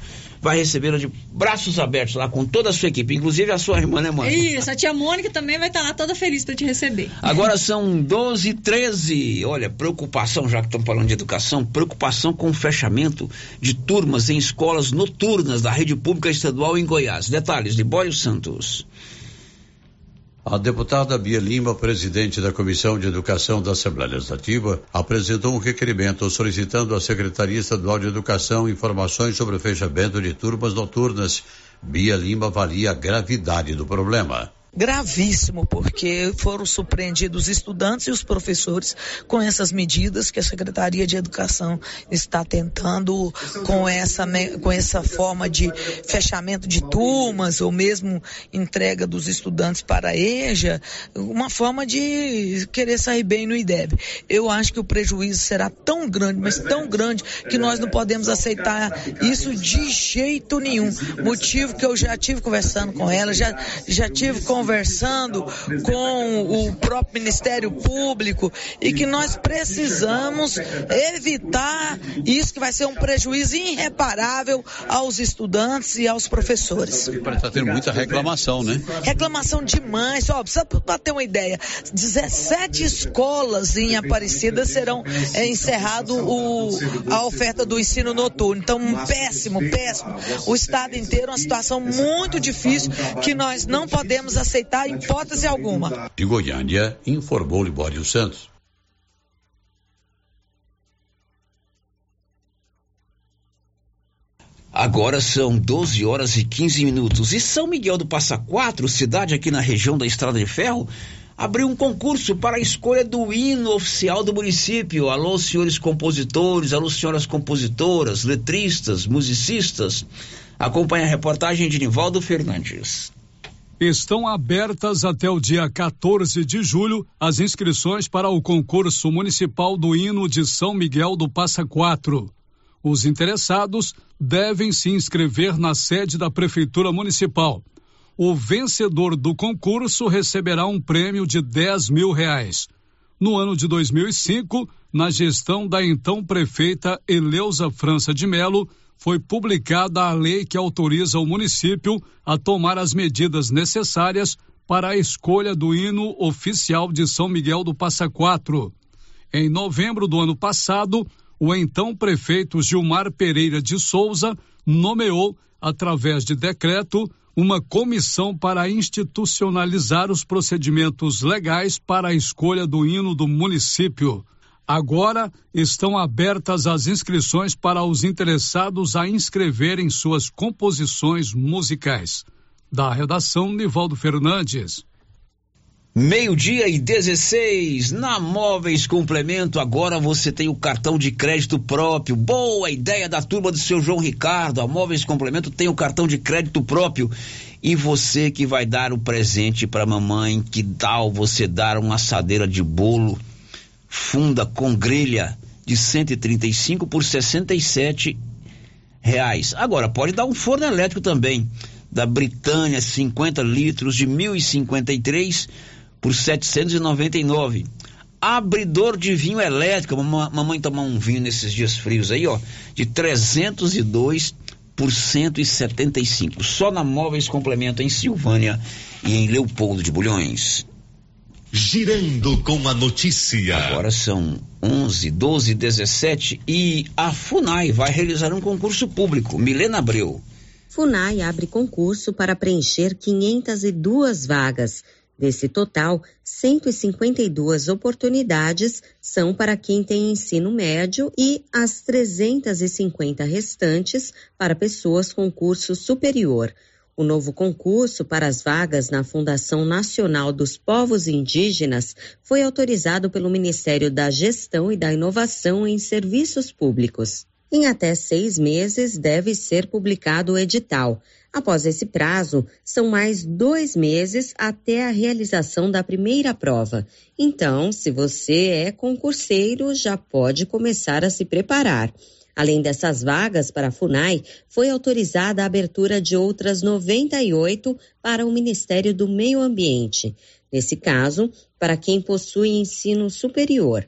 vai recebê-la de braços abertos lá com toda a sua equipe, inclusive a sua irmã, né, mãe? Isso, a tia Mônica também vai estar lá toda feliz para te receber. Agora são doze e treze. Olha, preocupação, já que estamos falando de educação, preocupação com o fechamento de turmas em escolas noturnas da rede pública estadual em Goiás. Detalhes de Boio Santos. A deputada Bia Lima, presidente da Comissão de Educação da Assembleia Legislativa, apresentou um requerimento solicitando à Secretaria Estadual de Educação informações sobre o fechamento de turmas noturnas. Bia Lima avalia a gravidade do problema. Gravíssimo, porque foram surpreendidos os estudantes e os professores com essas medidas que a Secretaria de Educação está tentando com essa, com essa forma de fechamento de turmas ou mesmo entrega dos estudantes para a EJA, uma forma de querer sair bem no I D E B. Eu acho que o prejuízo será tão grande, mas tão grande, que nós não podemos aceitar isso de jeito nenhum. Motivo que eu já tive conversando com ela, já, já tive com conversando com o próprio Ministério Público e que nós precisamos evitar isso, que vai ser um prejuízo irreparável aos estudantes e aos professores. Parece estar tendo muita reclamação, né? Reclamação demais. Ó, só para ter uma ideia, dezessete escolas em Aparecida serão é, encerrado o, a oferta do ensino noturno. Então, péssimo, péssimo. O estado inteiro, uma situação muito difícil que nós não podemos aceitar em hipótese alguma. De Goiânia, informou Libório Santos. Agora são doze horas e quinze minutos. E São Miguel do Passa Quatro, cidade aqui na região da Estrada de Ferro, abriu um concurso para a escolha do hino oficial do município. Alô, senhores compositores, alô, senhoras compositoras, letristas, musicistas. Acompanhe a reportagem de Nivaldo Fernandes. Estão abertas até o dia quatorze de julho as inscrições para o concurso municipal do hino de São Miguel do Passa Quatro. Os interessados devem se inscrever na sede da Prefeitura Municipal. O vencedor do concurso receberá um prêmio de dez mil reais. No ano de dois mil e cinco, na gestão da então prefeita Eleusa França de Melo, foi publicada a lei que autoriza o município a tomar as medidas necessárias para a escolha do hino oficial de São Miguel do Passa Quatro. Em novembro do ano passado, o então prefeito Gilmar Pereira de Souza nomeou, através de decreto, uma comissão para institucionalizar os procedimentos legais para a escolha do hino do município. Agora estão abertas as inscrições para os interessados a inscreverem suas composições musicais. Da redação, Nivaldo Fernandes. Meio-dia e dezesseis, na Móveis Complemento, agora você tem o cartão de crédito próprio. Boa ideia da turma do seu João Ricardo. A Móveis Complemento tem o cartão de crédito próprio. E você que vai dar o presente para mamãe, que tal você dar uma assadeira de bolo funda com grelha de cento e trinta e cinco por sessenta e sete reais. Agora, pode dar um forno elétrico também, da Britânia, cinquenta litros, de mil e cinquenta e três por setecentos e noventa e nove. Abridor de vinho elétrico, mam- mamãe tomar um vinho nesses dias frios aí, ó, de trezentos e dois por cento e setenta e cinco. Só na Móveis Complemento em Silvânia e em Leopoldo de Bulhões. Girando com a notícia. Agora são onze, doze, dezessete e a FUNAI vai realizar um concurso público. Milena Abreu. FUNAI abre concurso para preencher quinhentas e duas vagas. Desse total, cento e cinquenta e duas oportunidades são para quem tem ensino médio e as trezentas e cinquenta restantes para pessoas com curso superior. O novo concurso para as vagas na Fundação Nacional dos Povos Indígenas foi autorizado pelo Ministério da Gestão e da Inovação em Serviços Públicos. Em até seis meses deve ser publicado o edital. Após esse prazo, são mais dois meses até a realização da primeira prova. Então, se você é concurseiro, já pode começar a se preparar. Além dessas vagas para a FUNAI, foi autorizada a abertura de outras noventa e oito para o Ministério do Meio Ambiente. Nesse caso, para quem possui ensino superior.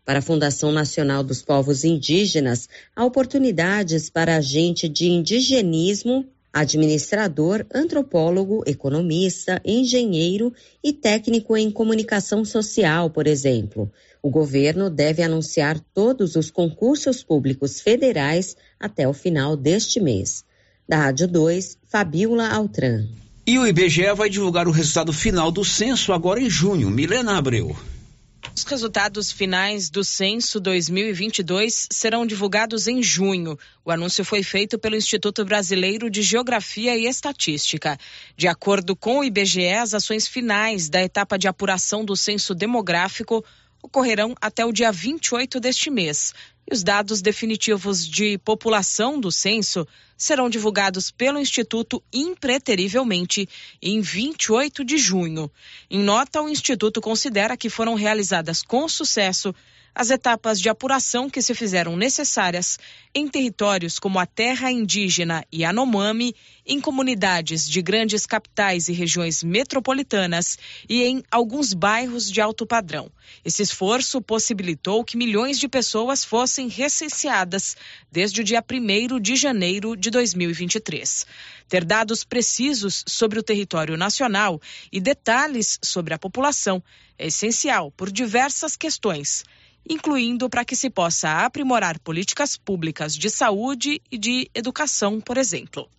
Para a Fundação Nacional dos Povos Indígenas, há oportunidades para agente de indigenismo, administrador, antropólogo, economista, engenheiro e técnico em comunicação social, por exemplo. O governo deve anunciar todos os concursos públicos federais até o final deste mês. Da Rádio dois, Fabíola Altran. E o I B G E vai divulgar o resultado final do censo agora em junho. Milena Abreu. Os resultados finais do censo dois mil e vinte e dois serão divulgados em junho. O anúncio foi feito pelo Instituto Brasileiro de Geografia e Estatística. De acordo com o I B G E, as ações finais da etapa de apuração do censo demográfico ocorrerão até o dia vinte e oito deste mês. E os dados definitivos de população do censo serão divulgados pelo Instituto impreterivelmente em vinte e oito de junho. Em nota, o Instituto considera que foram realizadas com sucesso as etapas de apuração que se fizeram necessárias em territórios como a terra indígena Yanomami, em comunidades de grandes capitais e regiões metropolitanas e em alguns bairros de alto padrão. Esse esforço possibilitou que milhões de pessoas fossem recenseadas desde o dia primeiro de janeiro de dois mil e vinte e três. Ter dados precisos sobre o território nacional e detalhes sobre a população é essencial por diversas questões, incluindo para que se possa aprimorar políticas públicas de saúde e de educação, por exemplo.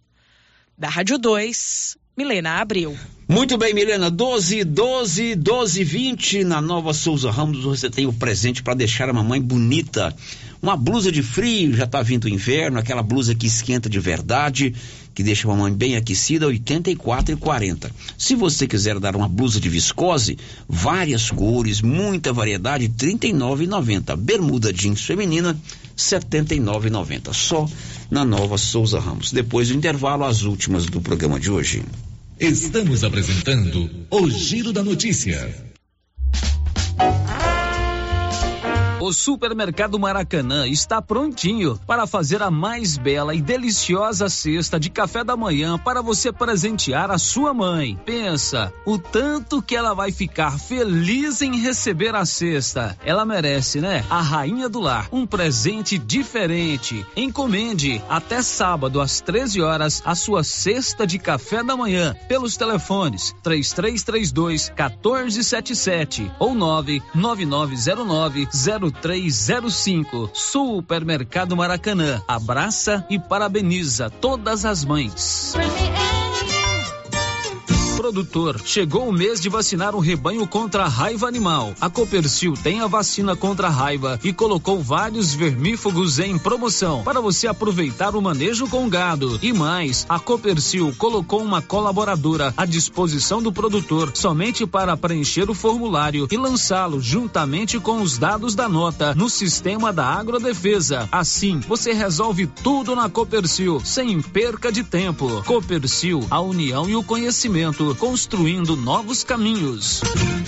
Da Rádio dois, Milena Abreu. Muito bem, Milena, doze, doze, doze, vinte, na Nova Souza Ramos você tem o presente para deixar a mamãe bonita. Uma blusa de frio, já tá vindo o inverno, aquela blusa que esquenta de verdade, que deixa a mamãe bem aquecida, oitenta e quatro reais e quarenta centavos. Se você quiser dar uma blusa de viscose, várias cores, muita variedade, trinta e nove reais e noventa centavos. Bermuda jeans feminina, setenta e nove reais e noventa centavos. Só na Nova Souza Ramos. Depois do intervalo, as últimas do programa de hoje. Estamos apresentando o Giro da Notícia. O Supermercado Maracanã está prontinho para fazer a mais bela e deliciosa cesta de café da manhã para você presentear a sua mãe. Pensa, o tanto que ela vai ficar feliz em receber a cesta. Ela merece, né? A rainha do lar, um presente diferente. Encomende até sábado às treze horas a sua cesta de café da manhã pelos telefones três três três dois, um quatro sete sete ou nove nove nove zero nove zero três zero cinco. Supermercado Maracanã abraça e parabeniza todas as mães. Produtor, chegou o mês de vacinar o rebanho contra a raiva animal. A Copercil tem a vacina contra a raiva e colocou vários vermífugos em promoção para você aproveitar o manejo com gado. E mais, a Copercil colocou uma colaboradora à disposição do produtor somente para preencher o formulário e lançá-lo juntamente com os dados da nota no sistema da Agrodefesa. Assim, você resolve tudo na Copercil sem perca de tempo. Copercil, a união e o conhecimento, construindo novos caminhos.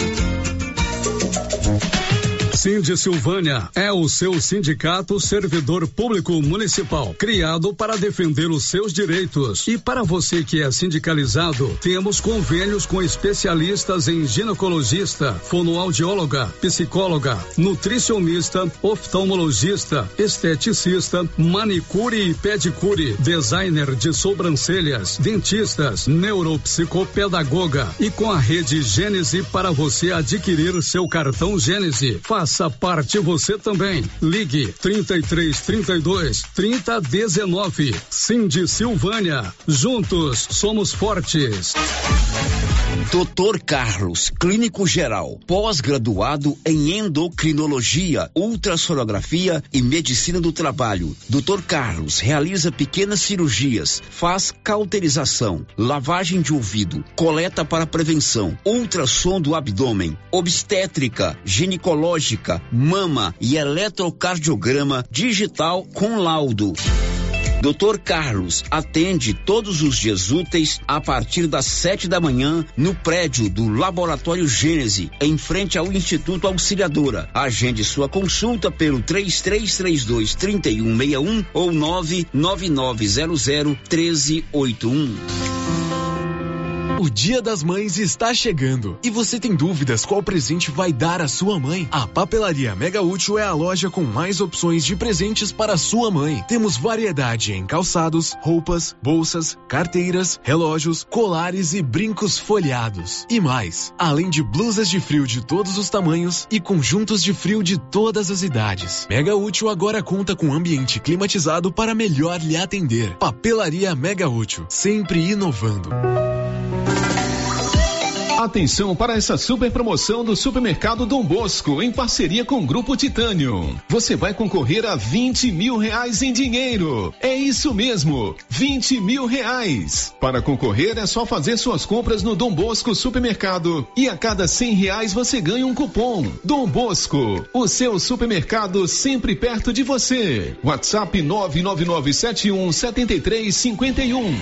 Sindi Silvânia é o seu sindicato servidor público municipal, criado para defender os seus direitos. E para você que é sindicalizado, temos convênios com especialistas em ginecologista, fonoaudióloga, psicóloga, nutricionista, oftalmologista, esteticista, manicure e pedicure, designer de sobrancelhas, dentistas, neuropsicopedagoga e com a rede Gênese para você adquirir seu cartão Gênese. Faça parte você também. Ligue trinta e três, trinta e dois, trinta, dezenove. Sindi Silvânia. Juntos somos fortes. doutor Carlos, clínico geral, pós-graduado em endocrinologia, ultrassonografia e medicina do trabalho. doutor Carlos realiza pequenas cirurgias, faz cauterização, lavagem de ouvido, coleta para prevenção, ultrassom do abdômen, obstétrica, ginecológica, mama e eletrocardiograma digital com laudo. doutor Carlos atende todos os dias úteis a partir das sete da manhã no prédio do Laboratório Gênese, em frente ao Instituto Auxiliadora. Agende sua consulta pelo três três três dois, três um seis um ou nove nove nove zero zero, um três oito um. O Dia das Mães está chegando e você tem dúvidas qual presente vai dar à sua mãe? A Papelaria Mega Útil é a loja com mais opções de presentes para a sua mãe. Temos variedade em calçados, roupas, bolsas, carteiras, relógios, colares e brincos folheados. E mais, além de blusas de frio de todos os tamanhos e conjuntos de frio de todas as idades. Mega Útil agora conta com ambiente climatizado para melhor lhe atender. Papelaria Mega Útil, sempre inovando. Atenção para essa super promoção do Supermercado Dom Bosco, em parceria com o Grupo Titânio. Você vai concorrer a vinte mil reais em dinheiro. É isso mesmo, vinte mil reais. Para concorrer é só fazer suas compras no Dom Bosco Supermercado e a cada cem reais você ganha um cupom. Dom Bosco, o seu supermercado sempre perto de você. WhatsApp nove nove nove sete um sete três cinco um.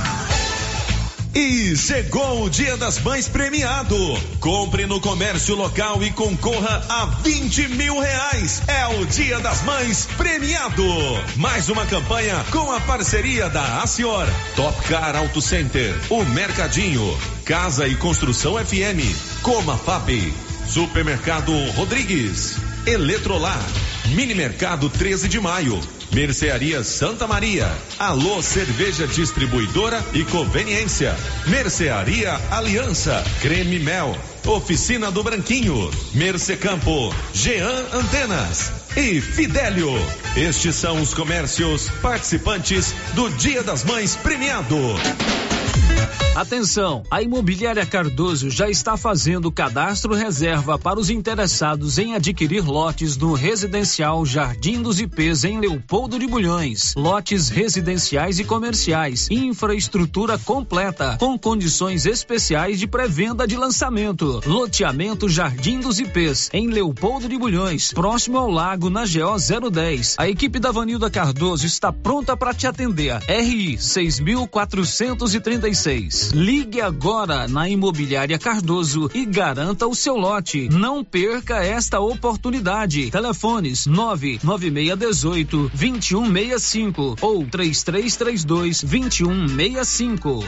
E chegou o Dia das Mães premiado. Compre no comércio local e concorra a vinte mil reais. É o Dia das Mães premiado. Mais uma campanha com a parceria da Acior, Top Car Auto Center, o Mercadinho, Casa e Construção F M, Coma F A P, Supermercado Rodrigues, Eletrolar, Mini Mercado treze de maio, Mercearia Santa Maria, Alô Cerveja Distribuidora e Conveniência, Mercearia Aliança, Creme Mel, Oficina do Branquinho, Mercecampo, Jean Antenas e Fidélio. Estes são os comércios participantes do Dia das Mães premiado. Atenção, a Imobiliária Cardoso já está fazendo cadastro reserva para os interessados em adquirir lotes no residencial Jardim dos Ipês em Leopoldo de Bulhões. Lotes residenciais e comerciais, infraestrutura completa, com condições especiais de pré-venda de lançamento. Loteamento Jardim dos Ipês em Leopoldo de Bulhões, próximo ao lago na G O zero dez. A equipe da Vanilda Cardoso está pronta para te atender. R I seis mil quatrocentos e trinta e seis. Ligue agora na Imobiliária Cardoso e garanta o seu lote. Não perca esta oportunidade. Telefones nove nove seis um oito, dois um seis cinco ou três três três dois, dois um seis cinco.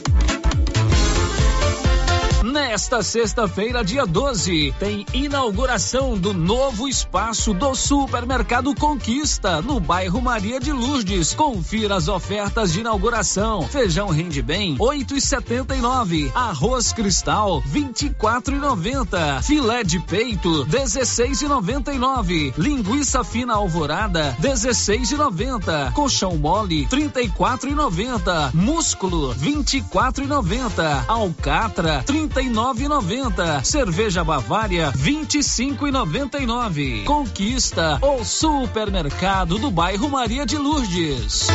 Nesta sexta-feira, dia doze, tem inauguração do novo espaço do Supermercado Conquista, no bairro Maria de Lourdes. Confira as ofertas de inauguração. Feijão rende bem, oito e setenta e nove. Arroz Cristal, vinte e quatro e noventa. Filé de peito, dezesseis e noventa e nove. Linguiça fina Alvorada, dezesseis e noventa. Colchão mole, trinta e quatro e noventa. Músculo, vinte e quatro e noventa. Alcatra, trinta e nove e noventa. Cerveja Bavária, vinte e cinco e noventa e nove. Conquista, o supermercado do bairro Maria de Lourdes.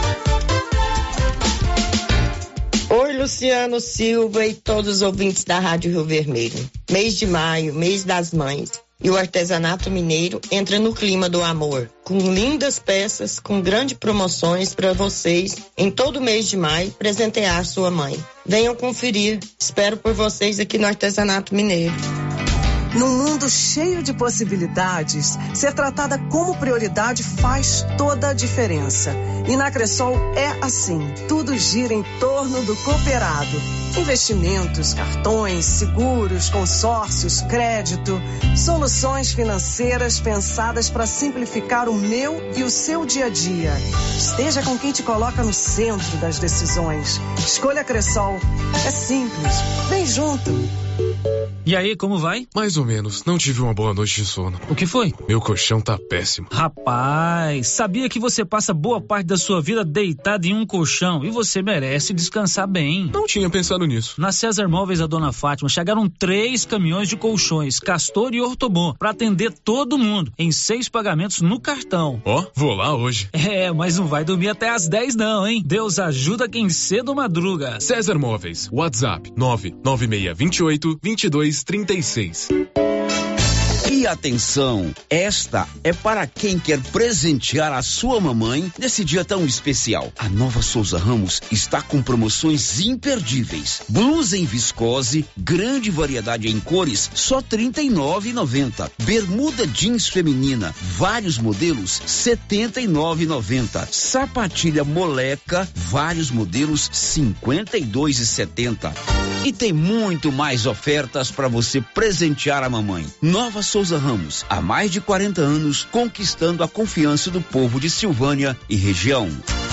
Oi, Luciano Silva e todos os ouvintes da Rádio Rio Vermelho. Mês de maio, mês das mães. E o artesanato mineiro entra no clima do amor, com lindas peças, com grandes promoções para vocês em todo mês de maio presentear sua mãe. Venham conferir, espero por vocês aqui no Artesanato Mineiro. Num mundo cheio de possibilidades, ser tratada como prioridade faz toda a diferença. E na Cressol é assim, tudo gira em torno do cooperado. Investimentos, cartões, seguros, consórcios, crédito, soluções financeiras pensadas para simplificar o meu e o seu dia a dia. Esteja com quem te coloca no centro das decisões. Escolha a Cressol. É simples. Vem junto. E aí, como vai? Mais ou menos, não tive uma boa noite de sono. O que foi? Meu colchão tá péssimo. Rapaz, sabia que você passa boa parte da sua vida deitado em um colchão e você merece descansar bem. Não tinha pensado nisso. Na César Móveis da Dona Fátima chegaram três caminhões de colchões, Castor e Ortobon, pra atender todo mundo, em seis pagamentos no cartão. Ó, oh, vou lá hoje. É, mas não vai dormir até às dez não, hein? Deus ajuda quem cedo madruga. César Móveis, WhatsApp nove nove seis dois oito, dois dois três seis. E atenção, esta é para quem quer presentear a sua mamãe nesse dia tão especial. A Nova Souza Ramos está com promoções imperdíveis. Blusa em viscose, grande variedade em cores, só trinta e nove reais e noventa centavos. Bermuda jeans feminina, vários modelos, setenta e nove reais e noventa centavos. Sapatilha moleca, vários modelos, cinquenta e dois reais e setenta centavos. E tem muito mais ofertas para você presentear a mamãe. Nova Souza Ramos, há mais de quarenta anos, conquistando a confiança do povo de Silvânia e região.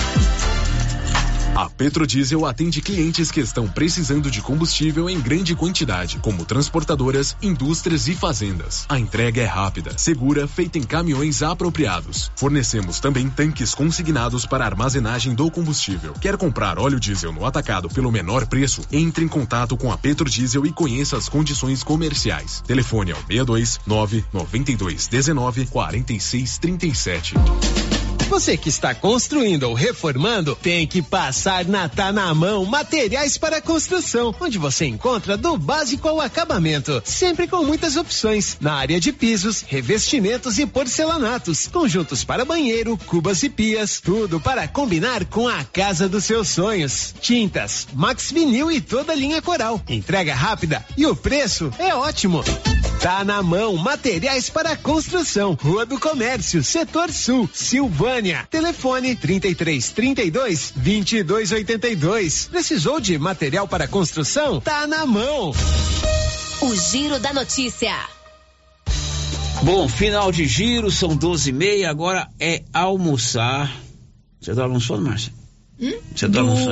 A Petrodiesel atende clientes que estão precisando de combustível em grande quantidade, como transportadoras, indústrias e fazendas. A entrega é rápida, segura, feita em caminhões apropriados. Fornecemos também tanques consignados para armazenagem do combustível. Quer comprar óleo diesel no atacado pelo menor preço? Entre em contato com a Petrodiesel e conheça as condições comerciais. Telefone ao seis dois nove nove dois um nove quatro seis três sete. Você que está construindo ou reformando, tem que passar na Tá na Mão Materiais para Construção, onde você encontra do básico ao acabamento, sempre com muitas opções, na área de pisos, revestimentos e porcelanatos, conjuntos para banheiro, cubas e pias, tudo para combinar com a casa dos seus sonhos. Tintas, Max Vinil e toda a linha Coral, entrega rápida e o preço é ótimo. Tá na Mão Materiais para Construção, Rua do Comércio, Setor Sul, Silvânia. Telefone trinta e três, trinta e dois, vinte e dois oitenta e dois. Precisou de material para construção? Tá na mão. O Giro da Notícia. Bom, final de giro, são doze e meia, agora é almoçar. Você tá almoçando, Márcia? Hum? Você tá almoçando?